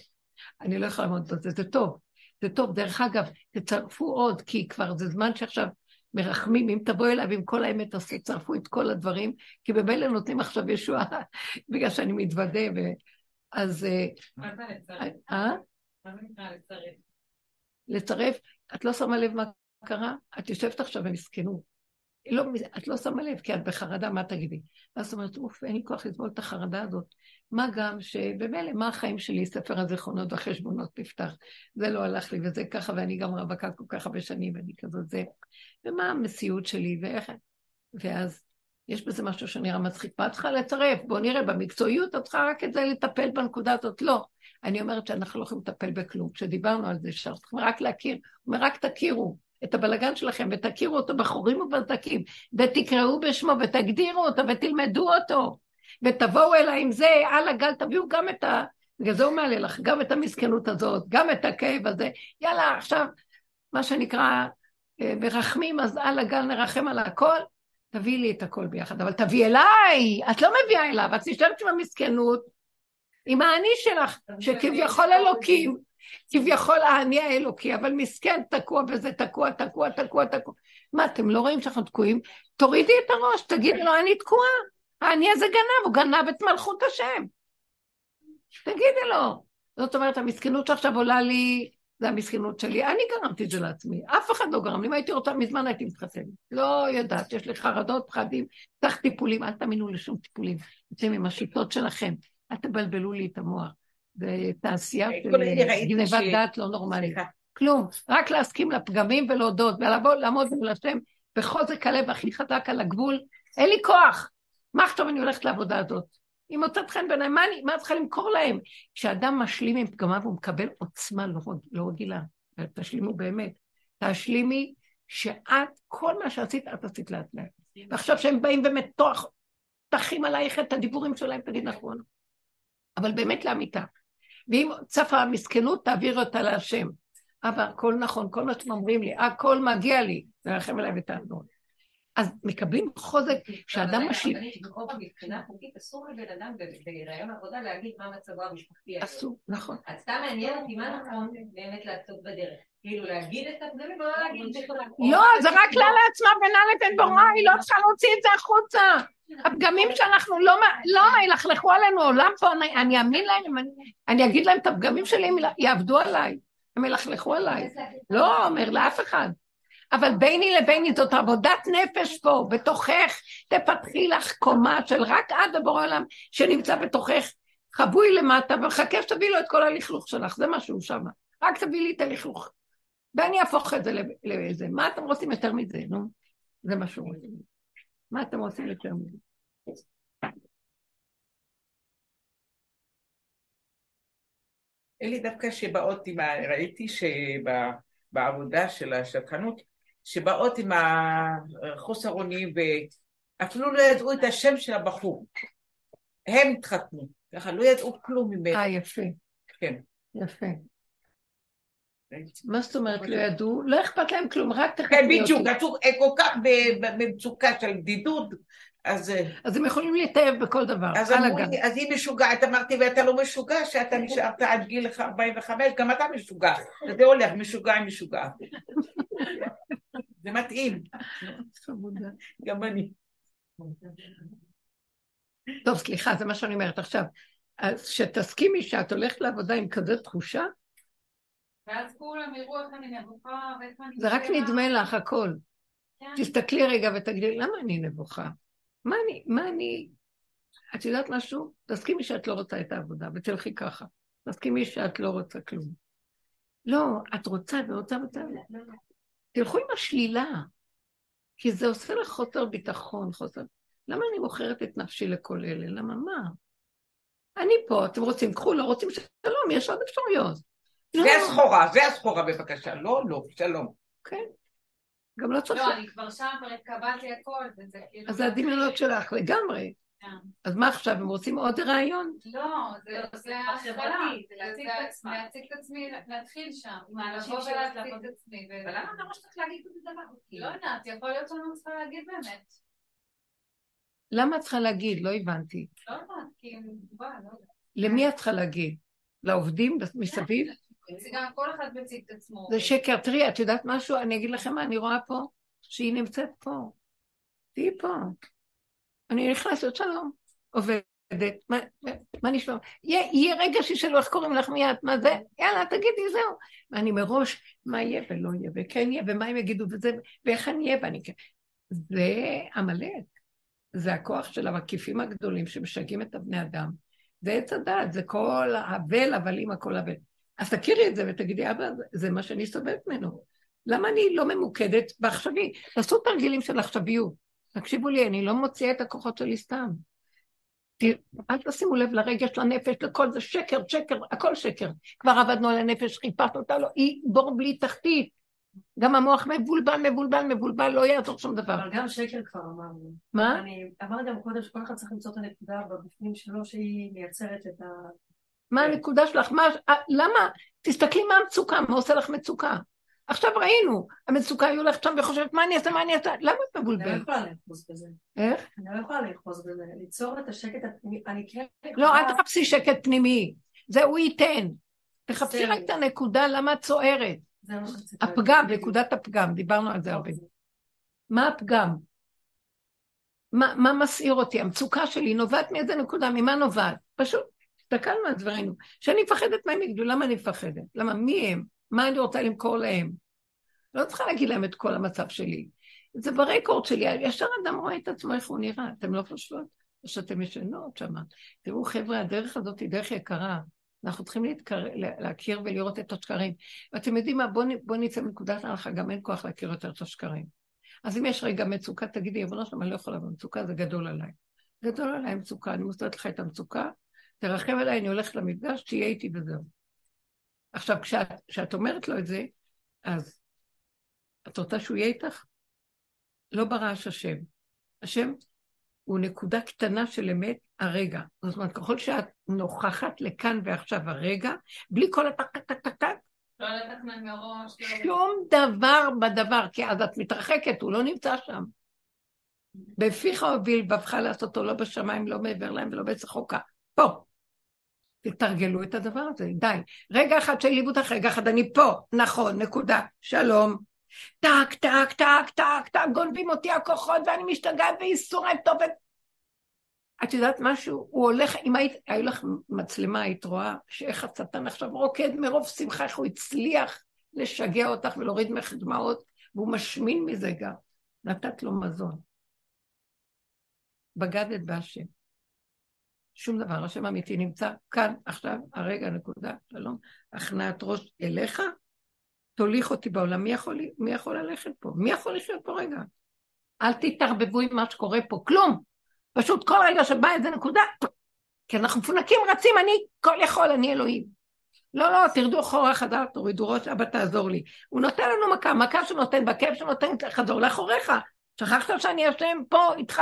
זה טוב, דרך אגב, תצרפו עוד, כי כבר זה זמן שעכשיו מרחמים, אם תבוא אליו עם כל האמת, אז תצרפו את כל הדברים, כי במילא נותנים עכשיו ישועה, בגלל שאני מתוודה, אז... מה זה לצרף? מה זה נקרא לצרף? לצרף, את לא שמה לב מה קרה? את יושבת עכשיו במסכנות. את לא שמה לב, כי את בחרדה, מה תגידי? ואז אומרת, אוף, אין לי כוח לסבול את החרדה הזאת. מה גם שבמילא, מה החיים שלי, ספר הזיכרונות והחשבונות נפתח. זה לא הלך לי וזה ככה, ואני גם רווקה כל כך הרבה שנים, ואני כזאת זה. ומה המציאות שלי ואיך? ואז יש בזה משהו שנראה מצחיק. מה צריכה לצרף? בואו נראה, במקצועיות את צריכה רק את זה לטפל בנקודה הזאת. לא. אני אומרת שאנחנו לא יכולים לטפל בכלום. כשדיברנו על זה, שאנחנו צריכים רק להכיר, רק תכירו את הבלגן שלכם, ותכירו אותו בחורים ובזקים, ותקראו בשמו, ותגדירו אותו, ותלמדו אותו, ותבואו אליי עם זה, על הגל, תביאו גם את בגלל זה הוא מעלה לך, גם את המסכנות הזאת, גם את הכאב הזה, יאללה, עכשיו, מה שנקרא, ברחמים, אז על הגל נרחם על הכל, תביאי לי את הכל ביחד, אבל תביאי אליי, את לא מביאה אליו, את נשארת עם המסכנות, עם האני שלך, שכביכול אלוקים, כביכול האני האלוקי, אבל מסכן תקוע בזה, תקוע. מה, אתם לא רואים שאנחנו תקועים? תורידי את הראש, תגידי לו, אני תקועה. האני הזה גנב, הוא גנב את מלכות השם. תגידי לו. זאת אומרת, המסכנות שעכשיו עולה לי, זה המסכנות שלי. אני גרמתי את זה לעצמי. אף אחד לא גרם לי. אם הייתי רוצה, מזמן הייתי מתחתן. לא יודעת, יש לי חרדות, פחדים, צריך טיפולים. אל תאמינו לשום טיפולים. אתם עם השיטות שלכם. אל תבלבלו לי את המוח. זה תעשייה של גנבת דעת לא נורמלית. כלום, רק להסכים לפגמים ולהודות, ולעמוד מול השם בחוזק הלב הכי חזק על הגבול. אין לי כוח. מה עכשיו אני הולכת לעבודה הזאת? אם מוצאת חן בעיניי, מה צריכה למכור להם? כשאדם משלים עם פגמיו, הוא מקבל עוצמה לא רגילה. תשלימו באמת. תשלימי שאת, כל מה שעשית, את עשית לעצמך. ועכשיו שהם באים באמת תחים עלייך את הדיבורים שלהם, תגיד נכון. אבל באמת לאמיתה. ואם צפה המסכנות, תעביר אותה להשם. אבל הכל נכון, כל מה שאתם אומרים לי, הכל מגיע לי, זה לכם אליי ותעזור. אז מקבלים חוזק שאדם משלים. מבחינה חוקית, אסור לבן אדם ברעיון עבודה להגיד מה מצבו המשפחתי. אסור, נכון. אז סתם מעניין אותי מה נכון באמת לעשות בדרך. כאילו להגיד את הפגמים, לא להגיד את זה. לא, זה רק לה לעצמה בינה לבין בורא, היא לא צריכה להוציא את זה החוצה. הפגמים שאנחנו לא ילכלכו עלינו עולם פה, אני אאמין להם, אני אגיד להם את הפגמים שלי, הם יעבדו עליי, הם ילכלכו עליי. לא אומר לאף אחד. אבל ביני לביני זאת עבודת נפש פה, בתוכך, תפתחי לך קומה של רק עד הבורא עולם שנמצא בתוכך, חבוי למטה, וחכה שתביא לו את כל הלכלוך שלך, זה משהו שם. רק תביא לי את הלכלוך. ואני אהפוך את זה לזה. מה אתם רוצים יותר מזה, נו? זה משהו רוצים. מה אתם רוצים יותר מזה? אלי דווקא שבאות עם ראיתי שבעבודה של השטחנות, שבאות עם החוסר אונים, ואפילו לא ידעו את השם של הבחור. הם התחתנו, ככה לא ידעו כלום ממנו. יפה. כן. יפה. מה זאת אומרת לא ידעו? לא אכפת להם כלום, רק תחתנו. כן, בדיוק, הם כל כך במצוקה של בדידות, אז הם יכולים להתאהב בכל דבר. אז היא משוגעת, אמרתי, ואתה לא משוגע, שאתה נשארת עד גיל 45, גם אתה משוגע. זה הולך, משוגע. זה מתאים. גם אני. טוב, סליחה, זה מה שאני אומרת עכשיו. אז שתסכימי שאת הולכת לעבודה עם כזה תחושה, ואז כולם יראו איך אני נבוכה, ואיך אני... זה רק נדמה לך הכל. תסתכלי רגע ותגידי, למה אני נבוכה? מה אני... את יודעת משהו? תסכימי שאת לא רוצה את העבודה, ותלכי ככה. תסכימי שאת לא רוצה כלום. לא, את רוצה ורוצה ורוצה. תלכו עם השלילה, כי זה עושה לך חוסר ביטחון, חוסר. למה אני מוכרת את נפשי לכל אלה? למה מה? אני פה, אתם רוצים, קחו, לא רוצים שלום, יש עוד אפשרויות. זה הסחורה בבקשה, לא, שלום. כן. גם לא צריך... לא, אני כבר שם, כבר התקבלתי הכל, וזה כאילו... אז זה הדמיונות שלך לגמרי. אז מה עכשיו, הם רוצים עוד רעיון? לא, זה ההתחלה, זה להציג את עצמי, להתחיל שם, לבוא ולהציג את עצמי. ולמה אתה ממש צריך להגיד את הדבר? לא יודעת, יכול להיות שאני צריכה להגיד באמת. למה את צריכה להגיד? לא הבנתי. לא יודעת, כי מדובר, לא יודעת. למי את צריכה להגיד? לעובדים מסביב? גם כל אחד מציג את עצמו. זה שקר. תראי, את יודעת משהו? אני אגיד לכם מה אני רואה פה? שהיא נמצאת פה. תהי פה. אני נכנסת, שלום. עובדת. מה נשמע? יהיה רגע שישאלו איך קוראים לך מיד. מה זה? יאללה, תגידי, זהו. ואני מראש, מה יהיה ולא יהיה, וכן יהיה, ומה הם יגידו, וזה, ואיך אני אהיה, ואני כן. זה עמלק. זה הכוח של המקיפים הגדולים שמשגעים את הבני אדם. זה עץ הדעת, זה כל הבל, הבלים, הכל הבל. אז תכירי את זה ותגידי, אבא, זה מה שאני סובבת ממנו. למה אני לא ממוקדת בעכשווי? תעשו תרגילים של עכשוויות. תקשיבו לי, אני לא מוציאה את הכוחות שלי סתם. אל תשימו לב לרגש, לנפש, לכל זה שקר, הכל שקר. כבר עבדנו על הנפש, חיפשנו אותה, היא בור בלי תחתית. גם המוח מבולבל, לא יעזור שום דבר. אבל גם שקר כבר אמרנו. מה? אני אמרתי גם קודם שכל אחד צריך למצוא את הנקודה בבפנים שלו שהיא מייצרת את ה... מה הנקודה שלך? למה? תסתכלי מה המצוקה, מה עושה לך מצוקה? עכשיו ראינו, המצוקה היא הולכת שם וחושבת, מה אני אעשה? למה את מבולבל? אני לא יכולה לאחוז בזה. איך? אני לא יכולה לאחוז בזה. ליצור את השקט הפנימי, אני כן... לא, אל תחפשי שקט פנימי. זה הוא ייתן. תחפשי רק את הנקודה, למה את צוערת? הפגם, נקודת הפגם, דיברנו על זה הרבה. מה הפגם? מה מסעיר אותי? המצוקה שלי נובעת מאיזה נקודה, ממה נובעת? פשוט, תסתכלנו על דברינו. שאני מפחדת מהם יגדו, למה אני מפחדת? למה? מי הם? מה אני רוצה למכור להם? לא צריכה להגיד להם את כל המצב שלי. זה ברקורד שלי, ישר אדם רואה את עצמו איך הוא נראה, אתם לא חושבות? או שאתם ישנות שמה. תראו חבר'ה, הדרך הזאת היא דרך יקרה. אנחנו צריכים להכיר ולראות את השקרים. ואתם יודעים מה, בוא נצא מנקודת ההלכה, גם אין כוח להכיר יותר את השקרים. אז אם יש רגע מצוקה, תגידי, יבונו שלמה, אני לא יכולה במצוקה, זה גדול עליי. גדול עליי מצוקה, אני מוסרת לך את המצוקה, תרחם עליי, אני הולכת למפגש, תהיה איתי וזהו. עכשיו, כשאת אומרת לו את זה, אז את רוצה שהוא יהיה איתך? לא ברעש השם. השם הוא נקודה קטנה של אמת הרגע. זאת אומרת, ככל שאת נוכחת לכאן ועכשיו הרגע, בלי כל הטק-טק-טק-טק, לא לתכנן מראש. שום דבר בדבר, כי אז את מתרחקת, הוא לא נמצא שם. בפיך הוביל, בבך לעשותו, לא בשמיים, לא מעבר להם ולא בצחוקה. פה. תתרגלו את הדבר הזה, די. רגע אחד של ליוו אותך, רגע אחד אני פה, נכון, נקודה, שלום. טק, טק, טק, טק, טק, גונבים אותי הכוחות ואני משתגעת ואיסורי טוב. את יודעת משהו? הוא הולך, אם היו לך מצלמה, היית רואה שאיך הצטן עכשיו רוקד מרוב שמחה, איך הוא הצליח לשגע אותך ולהוריד ממך דמעות, והוא משמין מזה גם. נתת לו מזון. בגדת בהשם. שום דבר, השם אמיתי נמצא כאן, עכשיו, הרגע, נקודה, שלום, הכנעת ראש אליך, תוליך אותי בעולם, מי יכול ללכת פה? מי יכול לחיות פה רגע? אל תתערבבו עם מה שקורה פה, כלום. פשוט כל רגע שבא איזה נקודה, כי אנחנו מפונקים רצים, אני כל יכול, אני אלוהים. לא, תרדו אחורה חדר, תורידו ראש, אבא תעזור לי. הוא נותן לנו מכה שנותן בכיף, שנותן חזור לאחוריך. שכחת שאני השם פה איתך.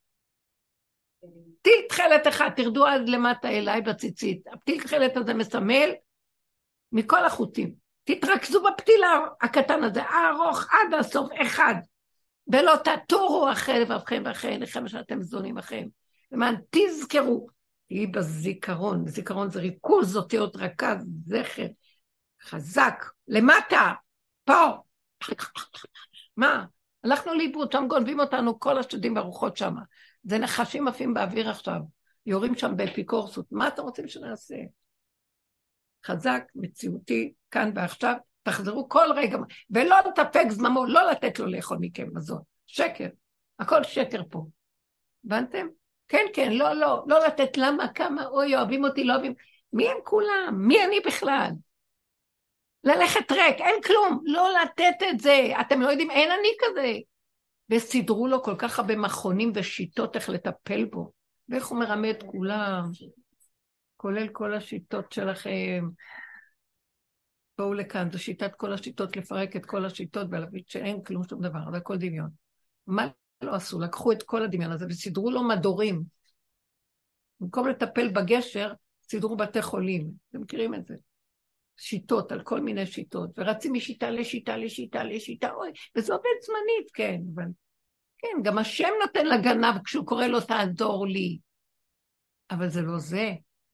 פתיל תחילת אחד, תרדו עד למטה אליי בציצית. הפתיל תחילת הזה מסמל מכל החוטים. תתרכזו בפתיל הקטן הזה, הארוך עד הסוף, אחד. ולא תטורו אחרי לבבכם ואחרי עיניכם שאתם זונים אחריהם. למען תזכרו, תהי בזיכרון, זיכרון זה ריכוז, זאת להיות רכז, זכר, חזק, למטה, פה. מה? הלכנו לאיבוד, שם גונבים אותנו כל השדים והרוחות שם. זה נחשים עפים באוויר עכשיו, יורים שם באפיקורסות. מה אתם רוצים שנעשה? חזק, מציאותי, כאן ועכשיו, תחזרו כל רגע, ולא תפק זממו, לא לתת לו לאכול מכם מזון. שקר, הכל שקר פה. הבנתם? כן, כן, לא, לא, לא לתת למה, כמה, אוי, אוהבים אותי, לא אוהבים. מי הם כולם? מי אני בכלל? ללכת ריק, אין כלום, לא לתת את זה. אתם לא יודעים, אין אני כזה. וסידרו לו כל כך הרבה מכונים ושיטות איך לטפל בו. ואיך הוא מרמה את כולם, כולל כל השיטות שלכם. בואו לכאן, זו שיטת כל השיטות, לפרק את כל השיטות ולהבין שאין כלום שום דבר, זה הכל דמיון. מה לא עשו? לקחו את כל הדמיון הזה וסידרו לו מדורים. במקום לטפל בגשר, סידרו בתי חולים. אתם מכירים את זה? שיטות, על כל מיני שיטות, ורצים משיטה לשיטה לשיטה לשיטה, אוי, וזה עובד זמנית, כן, אבל... כן, גם השם נותן לגנב כשהוא קורא לו תעזור לי. אבל זה לא זה.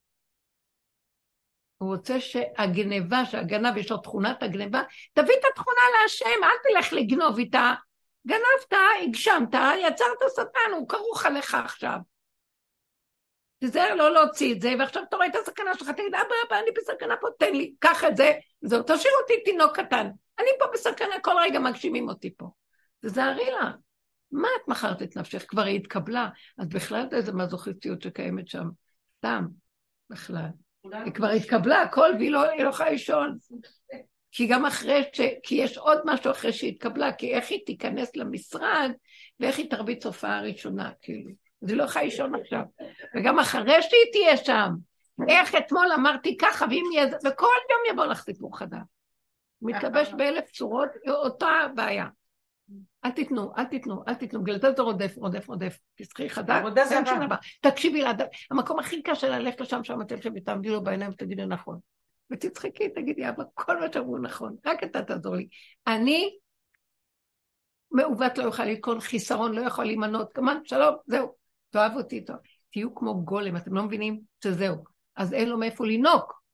הוא רוצה שהגנבה, שהגנב יש לו תכונת הגנבה, תביא את התכונה להשם, אל תלך לגנוב איתה. גנבת, הגשמת, יצרת שטן, הוא כרוך עליך עכשיו. תזהר לא להוציא את זה, ועכשיו אתה רואה את הסכנה שלך, תגיד, אבא, אני בסכנה פה, תן לי, קח את זה, זהו, תשאיר אותי תינוק קטן. אני פה בסכנה, כל רגע מגשימים אותי פה. תזהרי לה. מה את מכרת את נפשך? כבר היא התקבלה, אז בכלל זה איזה מזוכיסטיות שקיימת שם. סתם, בכלל. היא כבר התקבלה הכל, והיא לא יכולה לישון. כי גם אחרי כי יש עוד משהו אחרי שהיא התקבלה, כי איך היא תיכנס למשרד, ואיך היא תרביץ הופעה הראשונה, כאילו. אז היא לא יכולה לישון עכשיו. וגם אחרי שהיא תהיה שם, איך אתמול אמרתי ככה, וכל יום יבוא לך סיפור חדש. הוא מתלבש באלף צורות, אותה בעיה. אל תיתנו, אל תיתנו, אל תיתנו, בגלל זה רודף, רודף, רודף, תשחי חדש, אין שום דבר. תקשיבי לה, המקום הכי קשה ללכת לשם, שם תלכי ותעמדי לו בעיניים ותגידי נכון. ותצחקי, תגידי, אבא, כל מה שאמרו נכון, רק אתה תעזור לי. אני, מעוות לא יוכל לקרוא, חיסרון לא יכול להימנות, כמובן, שלום, זהו, תאהב אותי, תהיו כמו גולם, אתם לא מבינים שזהו, אז אין לו מאיפה לנוק.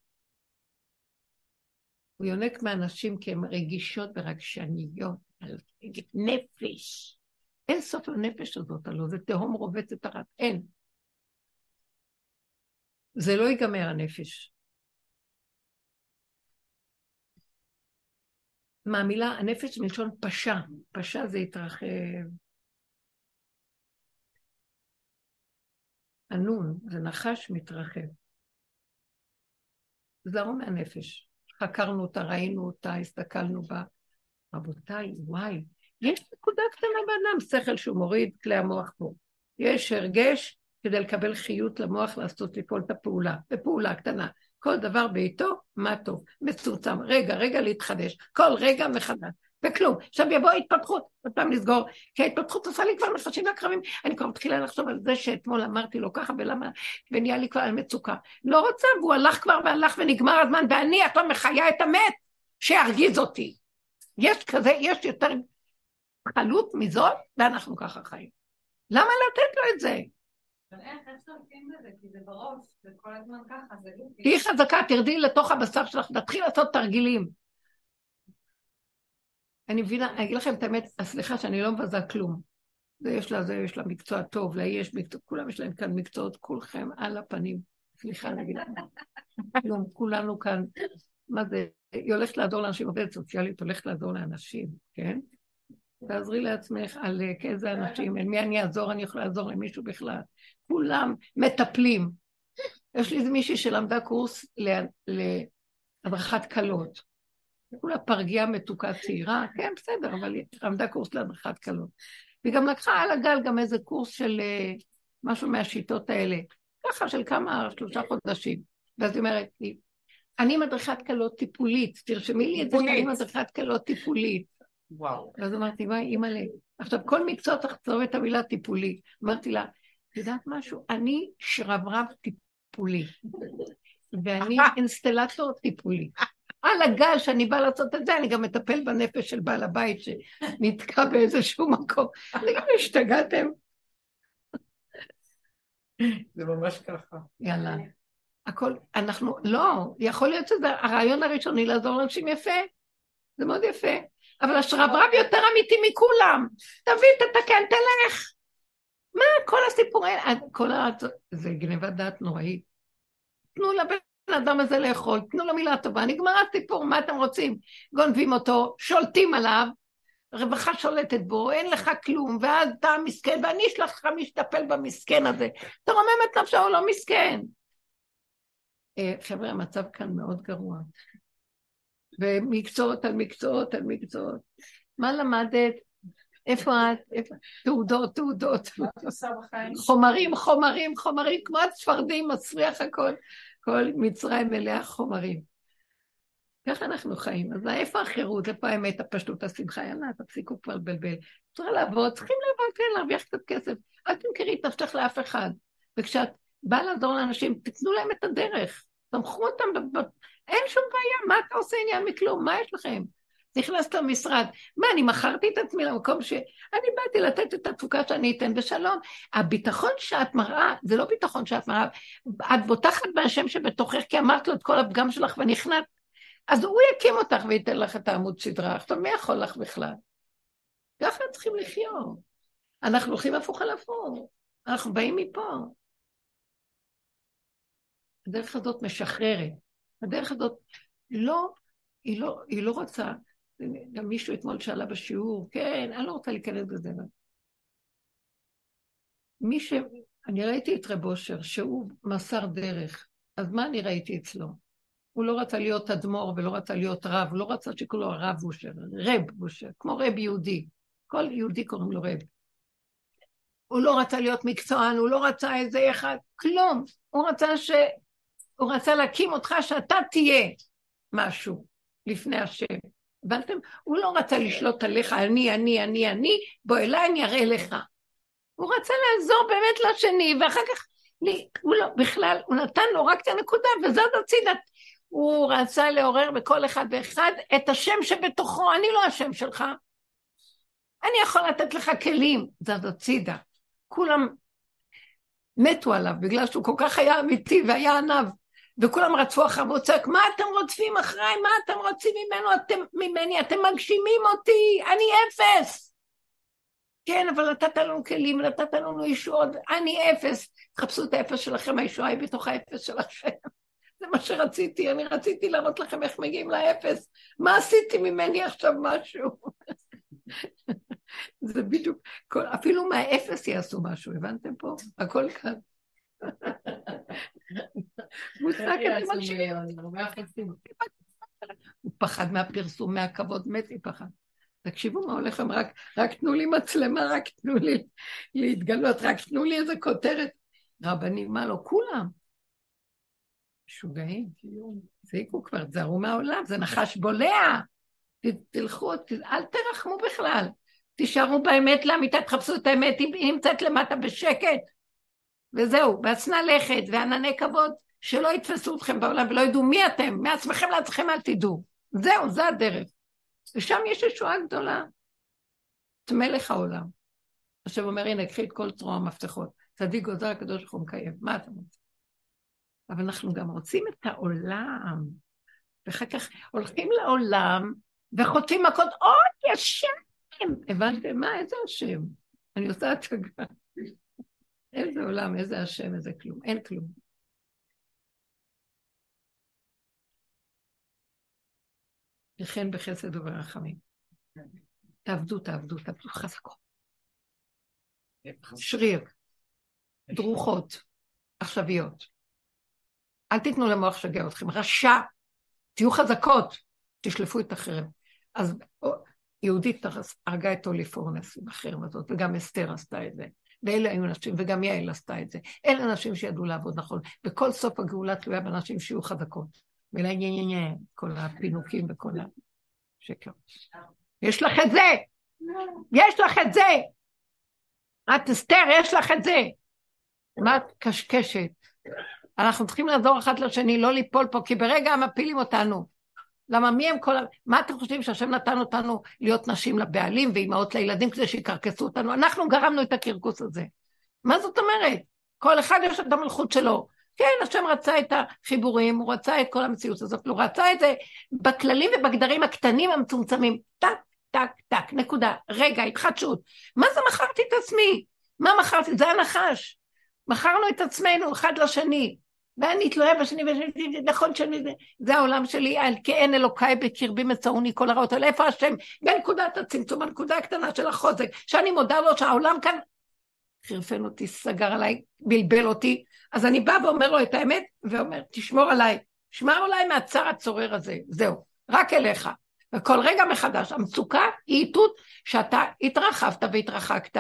הוא יונק מאנשים כי הם רגישות ורגשניות, נפש. אין סוף לנפש הזאת, הלוא זה תהום רובצת תחת, אין. זה לא ייגמר הנפש. מהמילה, הנפש מלשון פשע. פשע זה התרחב. ענון, זה נחש מתרחב. זרו מהנפש. חקרנו אותה, ראינו אותה, הסתכלנו בה. רבותיי, וואי, יש נקודה קטנה באדם, שכל שהוא מוריד כלי המוח פה. יש הרגש כדי לקבל חיות למוח לעשות לפעול את הפעולה, בפעולה קטנה. כל דבר בעיתו, מה טוב, מצומצם, רגע להתחדש, כל רגע מחדש, וכלום. עכשיו יבוא התפתחות, עוד פעם לסגור, כי ההתפתחות עושה לי כבר נחשים לקרבים, אני כבר מתחילה לחשוב על זה שאתמול אמרתי לו ככה ולמה, ונהיה לי כבר על מצוקה. לא רוצה, והוא הלך כבר והלך ונגמר הזמן, ואני את לא מחיה את המת, שירגיז אותי. יש כזה, יש יותר חלות מזאת, ואנחנו ככה חיים. למה לתת לו את זה? אבל איך שולטים בזה? כי זה בראש, זה כל הזמן ככה, זה גופי. תהי חזקה, תרדי לתוך הבשר שלך, תתחיל לעשות תרגילים. אני מבינה, אני אגיד לכם את האמת, סליחה שאני לא מבזה כלום. יש לה מקצוע טוב, לה יש מקצוע, כולם יש להם כאן מקצועות, כולכם על הפנים. סליחה, נגיד לכם. כולנו כאן, מה זה? היא הולכת לעזור לאנשים, עובדת סוציאלית, הולכת לעזור לאנשים, כן? תעזרי לעצמך על איזה אנשים, על מי אני אעזור, אני יכולה לעזור למישהו בכלל. כולם מטפלים. יש לי איזה מישהי שלמדה קורס להדרכת קלות. כולה פרגיה מתוקה צעירה, כן, בסדר, אבל היא למדה קורס להדרכת קלות. והיא גם לקחה על הגל גם איזה קורס של משהו מהשיטות האלה, ככה של כמה, 3 חודשים. ואז היא אומרת לי, אני מדריכת קלות טיפולית, תרשמי לי את זה שאני מדריכת קלות טיפולית. וואו. ואז אמרתי, מה, אימא'לה, עכשיו כל מקצוע תחצור את המילה טיפולי. אמרתי לה, יודעת משהו? אני שרברב טיפולי, ואני אינסטלטור טיפולי. על הגל שאני באה לעשות את זה, אני גם מטפל בנפש של בעל הבית שנתקע באיזשהו מקום. אני גם השתגעתם. זה ממש ככה. יאללה. הכל, אנחנו, לא, יכול להיות שזה הרעיון הראשוני לעזור לאנשים יפה. זה מאוד יפה. אבל השרברב יותר אמיתי מכולם. תביא, תתקן, תלך. מה, כל הסיפור, זה גנבת דעת נוראית. תנו לבן אדם הזה לאכול, תנו לו מילה טובה, נגמר הסיפור, מה אתם רוצים? גונבים אותו, שולטים עליו, הרווחה שולטת בו, אין לך כלום, ואז אתה מסכן, ואני אשלח לך משתפל במסכן הזה. אתה רומם את נפשו, הוא לא מסכן. חבר'ה, המצב כאן מאוד גרוע. ומקצועות על מקצועות על מקצועות. מה למדת? איפה את? תעודות. חומרים, כמו הצפרדים, מסריח הכל. כל מצרים מלאה חומרים. ככה אנחנו חיים. אז איפה החירות? איפה האמת, הפשטות, השמחה? יאללה, תפסיקו כבר לבלבל. צריכים לעבוד, כן, להרוויח קצת כסף. אל תמכרי את נפשך לאף אחד. וכשאת באה לעזור לאנשים, תתנו להם את הדרך. תמכו אותם, אין שום בעיה. מה אתה עושה עניין מכלום? מה יש לכם? נכנסת למשרד. מה, אני מכרתי את עצמי למקום אני באתי לתת את התפוקה שאני אתן בשלום. הביטחון שאת מראה, זה לא ביטחון שאת מראה. את בוטחת בהשם שבתוכך, כי אמרת לו את כל הפגם שלך ונכנעת. אז הוא יקים אותך וייתן לך את העמוד סדרה. עכשיו, מי יכול לך בכלל? ככה צריכים לחיות. אנחנו הולכים הפוך על הפוך. אנחנו באים מפה. הדרך הזאת משחררת. הדרך הזאת היא לא רוצה. גם מישהו אתמול שאלה בשיעור, כן, אני לא רוצה להיכנס בזה. אני ראיתי את רב אושר, שהוא מסר דרך. אז מה אני ראיתי אצלו? הוא לא רצה להיות אדמו"ר ולא רצה להיות רב, הוא לא רצה שכולו הרב אושר, רב אושר, כמו רב יהודי. כל יהודי קוראים לו רב. הוא לא רצה להיות מקצוען, הוא לא רצה איזה אחד, כלום. הוא רצה להקים אותך שאתה תהיה משהו לפני השם. הבנתם? הוא לא רצה לשלוט עליך, אני, בוא אליי, אני אראה לך. הוא רצה לעזור באמת לשני, ואחר כך, הוא לא, בכלל, הוא נתן לו רק את הנקודה, וזאת הצידה. הוא רצה לעורר בכל אחד ואחד את השם שבתוכו, אני לא השם שלך. אני יכול לתת לך כלים, זאת הצידה. כולם מתו עליו, בגלל שהוא כל כך היה אמיתי והיה ענב, וכולם רצפו אחריו, הוא צועק, מה אתם רוצים אחריי? מה אתם רוצים ממני? אתם מגשימים אותי, אני אפס. כן, אבל נתת לנו כלים, נתת לנו ישועות, אני אפס. תחפשו את האפס שלכם, הישועה היא בתוך האפס שלכם. זה מה שרציתי, אני רציתי להראות לכם איך מגיעים לאפס. מה עשיתי ממני עכשיו משהו? זה בדיוק, אפילו מהאפס יעשו משהו, הבנתם פה? הכל כאן. הוא פחד מהפרסום, מהכבוד, מת לי פחד. תקשיבו מה הולך, רק תנו לי מצלמה, רק תנו לי להתגלות, רק תנו לי איזה כותרת. רבנים, מה לא? כולם. משוגעים, תפסיקו כבר, תזהרו מהעולם, זה נחש בולע. תלכו, אל תרחמו בכלל. תישארו באמת לאמיתה, תחפשו את האמת, היא נמצאת למטה בשקט. וזהו, בעצנה לכת וענני כבוד, שלא יתפסו אתכם בעולם ולא ידעו מי אתם, מעצמכם לעצמכם אל תדעו. זהו, זה הדרך. ושם יש ישועה גדולה. את מלך העולם. עכשיו אומר, הנה, קחי את כל צרוע המפתחות. צדיק גוזר הקדוש ברוך הוא מקיים. מה אתם רוצים? אבל אנחנו גם רוצים את העולם. ואחר כך הולכים לעולם וחוטפים מכות, אוי, השם! הבנתם מה? איזה השם? אני עושה הצגה. איזה עולם, איזה השם, איזה כלום. אין כלום. לכן בחסד וברחמים. תעבדו חזקות. שריר, דרוכות, עכשוויות. אל תיתנו למוח שגע אתכם. רשע, תהיו חזקות, תשלפו את החרב. אז יהודית הרגה את אוליפורנס עם החרב הזאת, וגם אסתר עשתה את זה. ואלה היו נשים, וגם יעל עשתה את זה. אלה נשים שידעו לעבוד נכון. וכל סוף הגאולה תלויה באנשים שיהיו חזקות. ולעניין, כל הפינוקים וכל השקר. יש לך את זה! יש לך את זה! את אסתר, יש לך את זה! מה את קשקשת? אנחנו צריכים לעזור אחד לשני, לא ליפול פה, כי ברגע מפילים אותנו. למה מי הם מה אתם חושבים שהשם נתן אותנו להיות נשים לבעלים ואימהות לילדים כדי שיקרקסו אותנו? אנחנו גרמנו את הקרקוס הזה. מה זאת אומרת? כל אחד יש את המלכות שלו. כן, השם רצה את החיבורים, הוא רצה את כל המציאות הזאת, הוא רצה את זה בכללים ובגדרים הקטנים המצומצמים. טק, טק, טק, נקודה. רגע, התחדשות. מה זה מכרתי את עצמי? מה מכרתי? זה הנחש. מכרנו את עצמנו אחד לשני. ואני תלויה בשני, נכון זה העולם שלי, כי אין אלוקיי בקרבי מצאוני כל הרעות, אבל איפה השם? בנקודת הצמצום, הנקודה הקטנה של החוזק, שאני מודה לו שהעולם כאן חרפן אותי, סגר עליי, בלבל אותי, אז אני באה ואומר לו את האמת, ואומר, תשמור עליי, שמר עליי מהצער הצורר הזה, זהו, רק אליך. וכל רגע מחדש, המצוקה היא איתות שאתה התרחבת והתרחקת,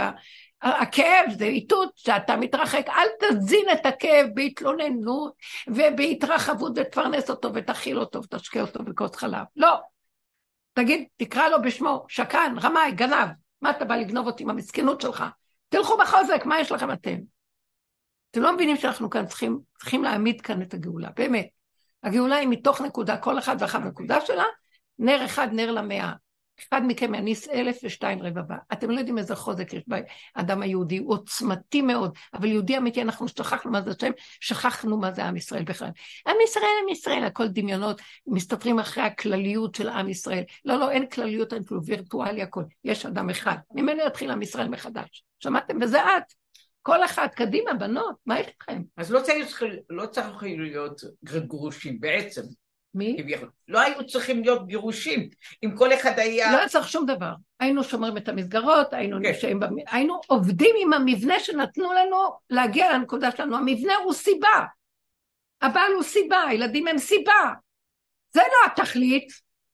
הכאב זה איתות שאתה מתרחק, אל תזין את הכאב בהתלוננות ובהתרחבות ותפרנס אותו ותאכיל אותו ותשקה אותו בכוס חלב, לא, תגיד, תקרא לו בשמו, שקרן, רמאי, גנב, מה אתה בא לגנוב אותי עם המסכנות שלך? תלכו בחוזק, מה יש לכם אתם? אתם לא מבינים שאנחנו כאן צריכים להעמיד כאן את הגאולה, באמת. הגאולה היא מתוך נקודה, כל אחד ואחד נקודה שלה, נר אחד, נר למאה. אחד מכם יניס 1,000 ו2 רבבה. אתם לא יודעים איזה חוזק יש באדם היהודי, הוא עוצמתי מאוד, אבל יהודי אמיתי, אנחנו שכחנו מה זה השם, שכחנו מה זה עם ישראל בכלל. עם ישראל, הכל דמיונות, מסתתרים אחרי הכלליות של עם ישראל. לא, אין כלליות, אין כלום, וירטואלי הכל. יש אדם אחד, ממנו יתחיל עם ישראל מחדש. שמעתם? וזה את. כל אחד, קדימה, בנות, מה יש לכם? אז לא צריך להיות גרושים בעצם. מי? לא היו צריכים להיות גירושים, אם כל אחד היה... לא צריך שום דבר. היינו שומרים את המסגרות, היינו עובדים עם המבנה שנתנו לנו להגיע לנקודה שלנו. המבנה הוא סיבה. הבעל הוא סיבה, הילדים הם סיבה. זה לא התכלית.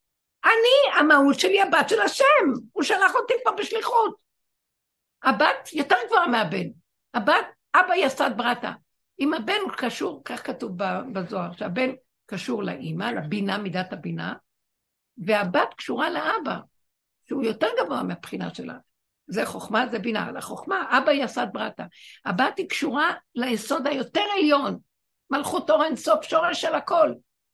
אני, המהות שלי, הבת של השם. הוא שלח אותי פה בשליחות. הבת יותר גבוהה מהבן. הבת, אבא יסד ברטה. אם הבן הוא קשור, כך כתוב בזוהר, שהבן קשור לאמא, לבינה, מידת הבינה, והבת קשורה לאבא, שהוא יותר גבוה מהבחינה שלה. זה חוכמה, זה בינה. לחוכמה, אבא יסד ברטה. הבת היא קשורה ליסוד היותר עליון, מלכות אור אין סוף, שורש של הכל.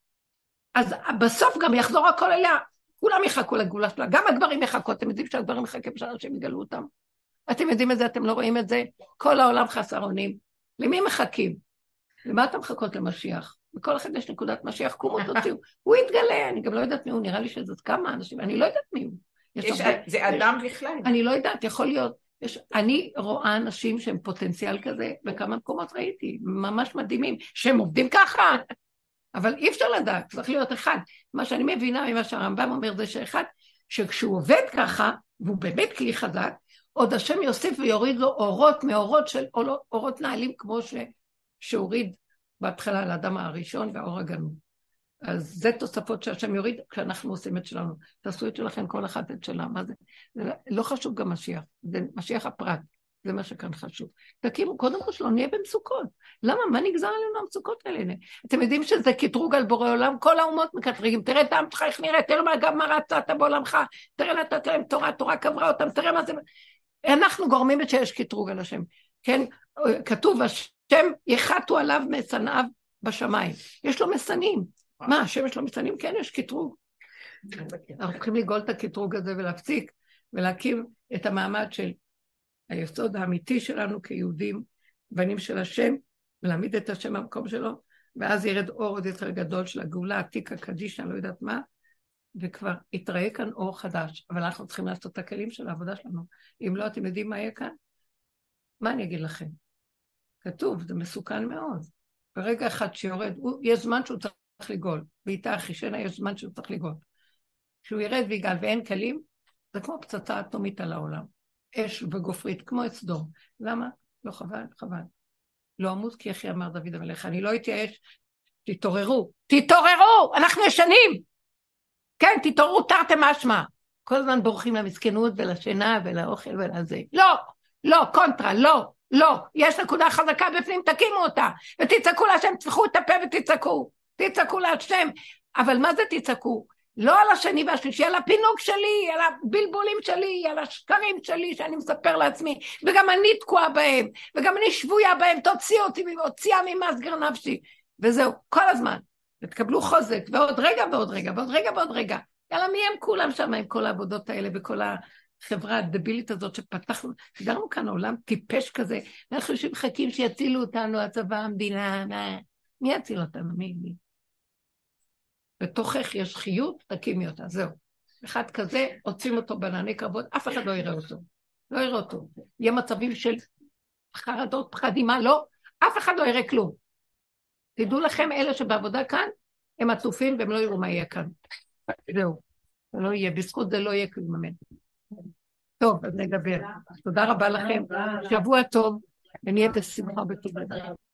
אז בסוף גם יחזור הכל אליה, כולם יחכו לגאולה שלה, גם הגברים יחכו, אתם יודעים שהגברים יחכים שאנשים יגלו אותם. אתם יודעים את זה, אתם לא רואים את זה? כל העולם חסר אונים. למי מחכים? למה אתם מחכות למשיח? בכל אחד יש נקודת משיח, קומו תוציאו. הוא יתגלה, אני גם לא יודעת מי הוא, נראה לי שזאת כמה אנשים, אני לא יודעת מי הוא. זה אדם בכלל. אני לא יודעת, יכול להיות. אני רואה אנשים שהם פוטנציאל כזה, בכמה מקומות ראיתי, ממש מדהימים, שהם עובדים ככה. אבל אי אפשר לדעת, צריך להיות אחד. מה שאני מבינה ממה שהרמב"ם אומר זה שאחד, שכשהוא עובד ככה, והוא באמת כלי חזק, עוד השם יוסיף ויוריד לו אורות מאורות של אורות נעלים כמו שהוריד בהתחלה לאדם הראשון והאור הגנוב. אז זה תוספות שהשם יוריד כשאנחנו עושים את שלנו. תעשו את שלכם כל אחד את שלה. מה זה? זה לא חשוב גם משיח. זה משיח הפרט. זה מה שכאן חשוב. תקימו, קודם כל שלא נהיה במצוקות. למה? מה נגזר עלינו המצוקות האלה? אתם יודעים שזה קטרוג על בורא עולם? כל האומות מקטרגים. תראה את העם שלך, איך נראה, תראה מה רצת בעולמך, תראה נתת להם תורה קברה אותם, תראה מה זה... אנחנו גורמים את שיש קטרוג על השם. כן? כתוב, השם יחתו עליו משנאיו בשמיים. יש לו משנים. מה, השם יש לו משנים? כן, יש קטרוג. אנחנו צריכים לגאול את הקטרוג הזה ולהפסיק ולהקים את המעמד של היסוד האמיתי שלנו כיהודים, בנים של השם, ולהעמיד את השם במקום שלו, ואז ירד אור עוד יותר גדול של הגאולה, עתיקה קדישה, לא יודעת מה, וכבר יתראה כאן אור חדש, אבל אנחנו צריכים לעשות את הכלים של העבודה שלנו. אם לא, אתם יודעים מה יהיה כאן? מה אני אגיד לכם? כתוב, זה מסוכן מאוד. ברגע אחד שיורד, יש זמן שהוא צריך לגאול, ואיתה אחישנה יש זמן שהוא צריך לגאול. כשהוא ירד ויגאל ואין כלים, זה כמו פצצה אטומית על העולם. אש וגופרית, כמו את סדום. למה? לא חבל, חבל. לא אמות כי אחי אמר דוד המלך, אני לא אתייאש, תתעוררו, תתעוררו, אנחנו ישנים. כן, תתעוררו תרתי משמע. כל הזמן בורחים למסכנות ולשינה ולאוכל ולזה. לא, לא, קונטרה, לא, לא. יש נקודה חזקה בפנים, תקימו אותה. ותצעקו להשם, תפחו את הפה ותצעקו. תצעקו להשם. אבל מה זה תצעקו? לא על השני והשלישי, על הפינוק שלי, על הבלבולים שלי, על השקרים שלי שאני מספר לעצמי, וגם אני תקועה בהם, וגם אני שבויה בהם, תוציאו אותי, הוציאה ממסגר נפשי, וזהו, כל הזמן, ותקבלו חוזק, ועוד רגע ועוד רגע, ועוד רגע ועוד רגע, יאללה, מי הם כולם שם עם כל העבודות האלה, וכל החברה הדבילית הזאת שפתחנו, שגרנו כאן עולם טיפש כזה, ואנחנו שמחכים שיצילו אותנו, הצבא, המדינה, מי יציל אותנו, מי? בתוכך יש חיות, תקימי אותה, זהו. אחד כזה, עוצים אותו בנעני קרבות, אף אחד לא יראה אותו. לא יראה אותו. יהיה מצבים של חרדות, פחדים, מה? לא, אף אחד לא יראה כלום. תדעו לכם, אלה שבעבודה כאן, הם עטופים והם לא יראו מה יהיה כאן. זהו, זה לא יהיה, בזכות זה לא יהיה כלום, אמן. טוב, אז נדבר. תודה רבה לכם, שבוע טוב, ונהיה בשמחה בטוב.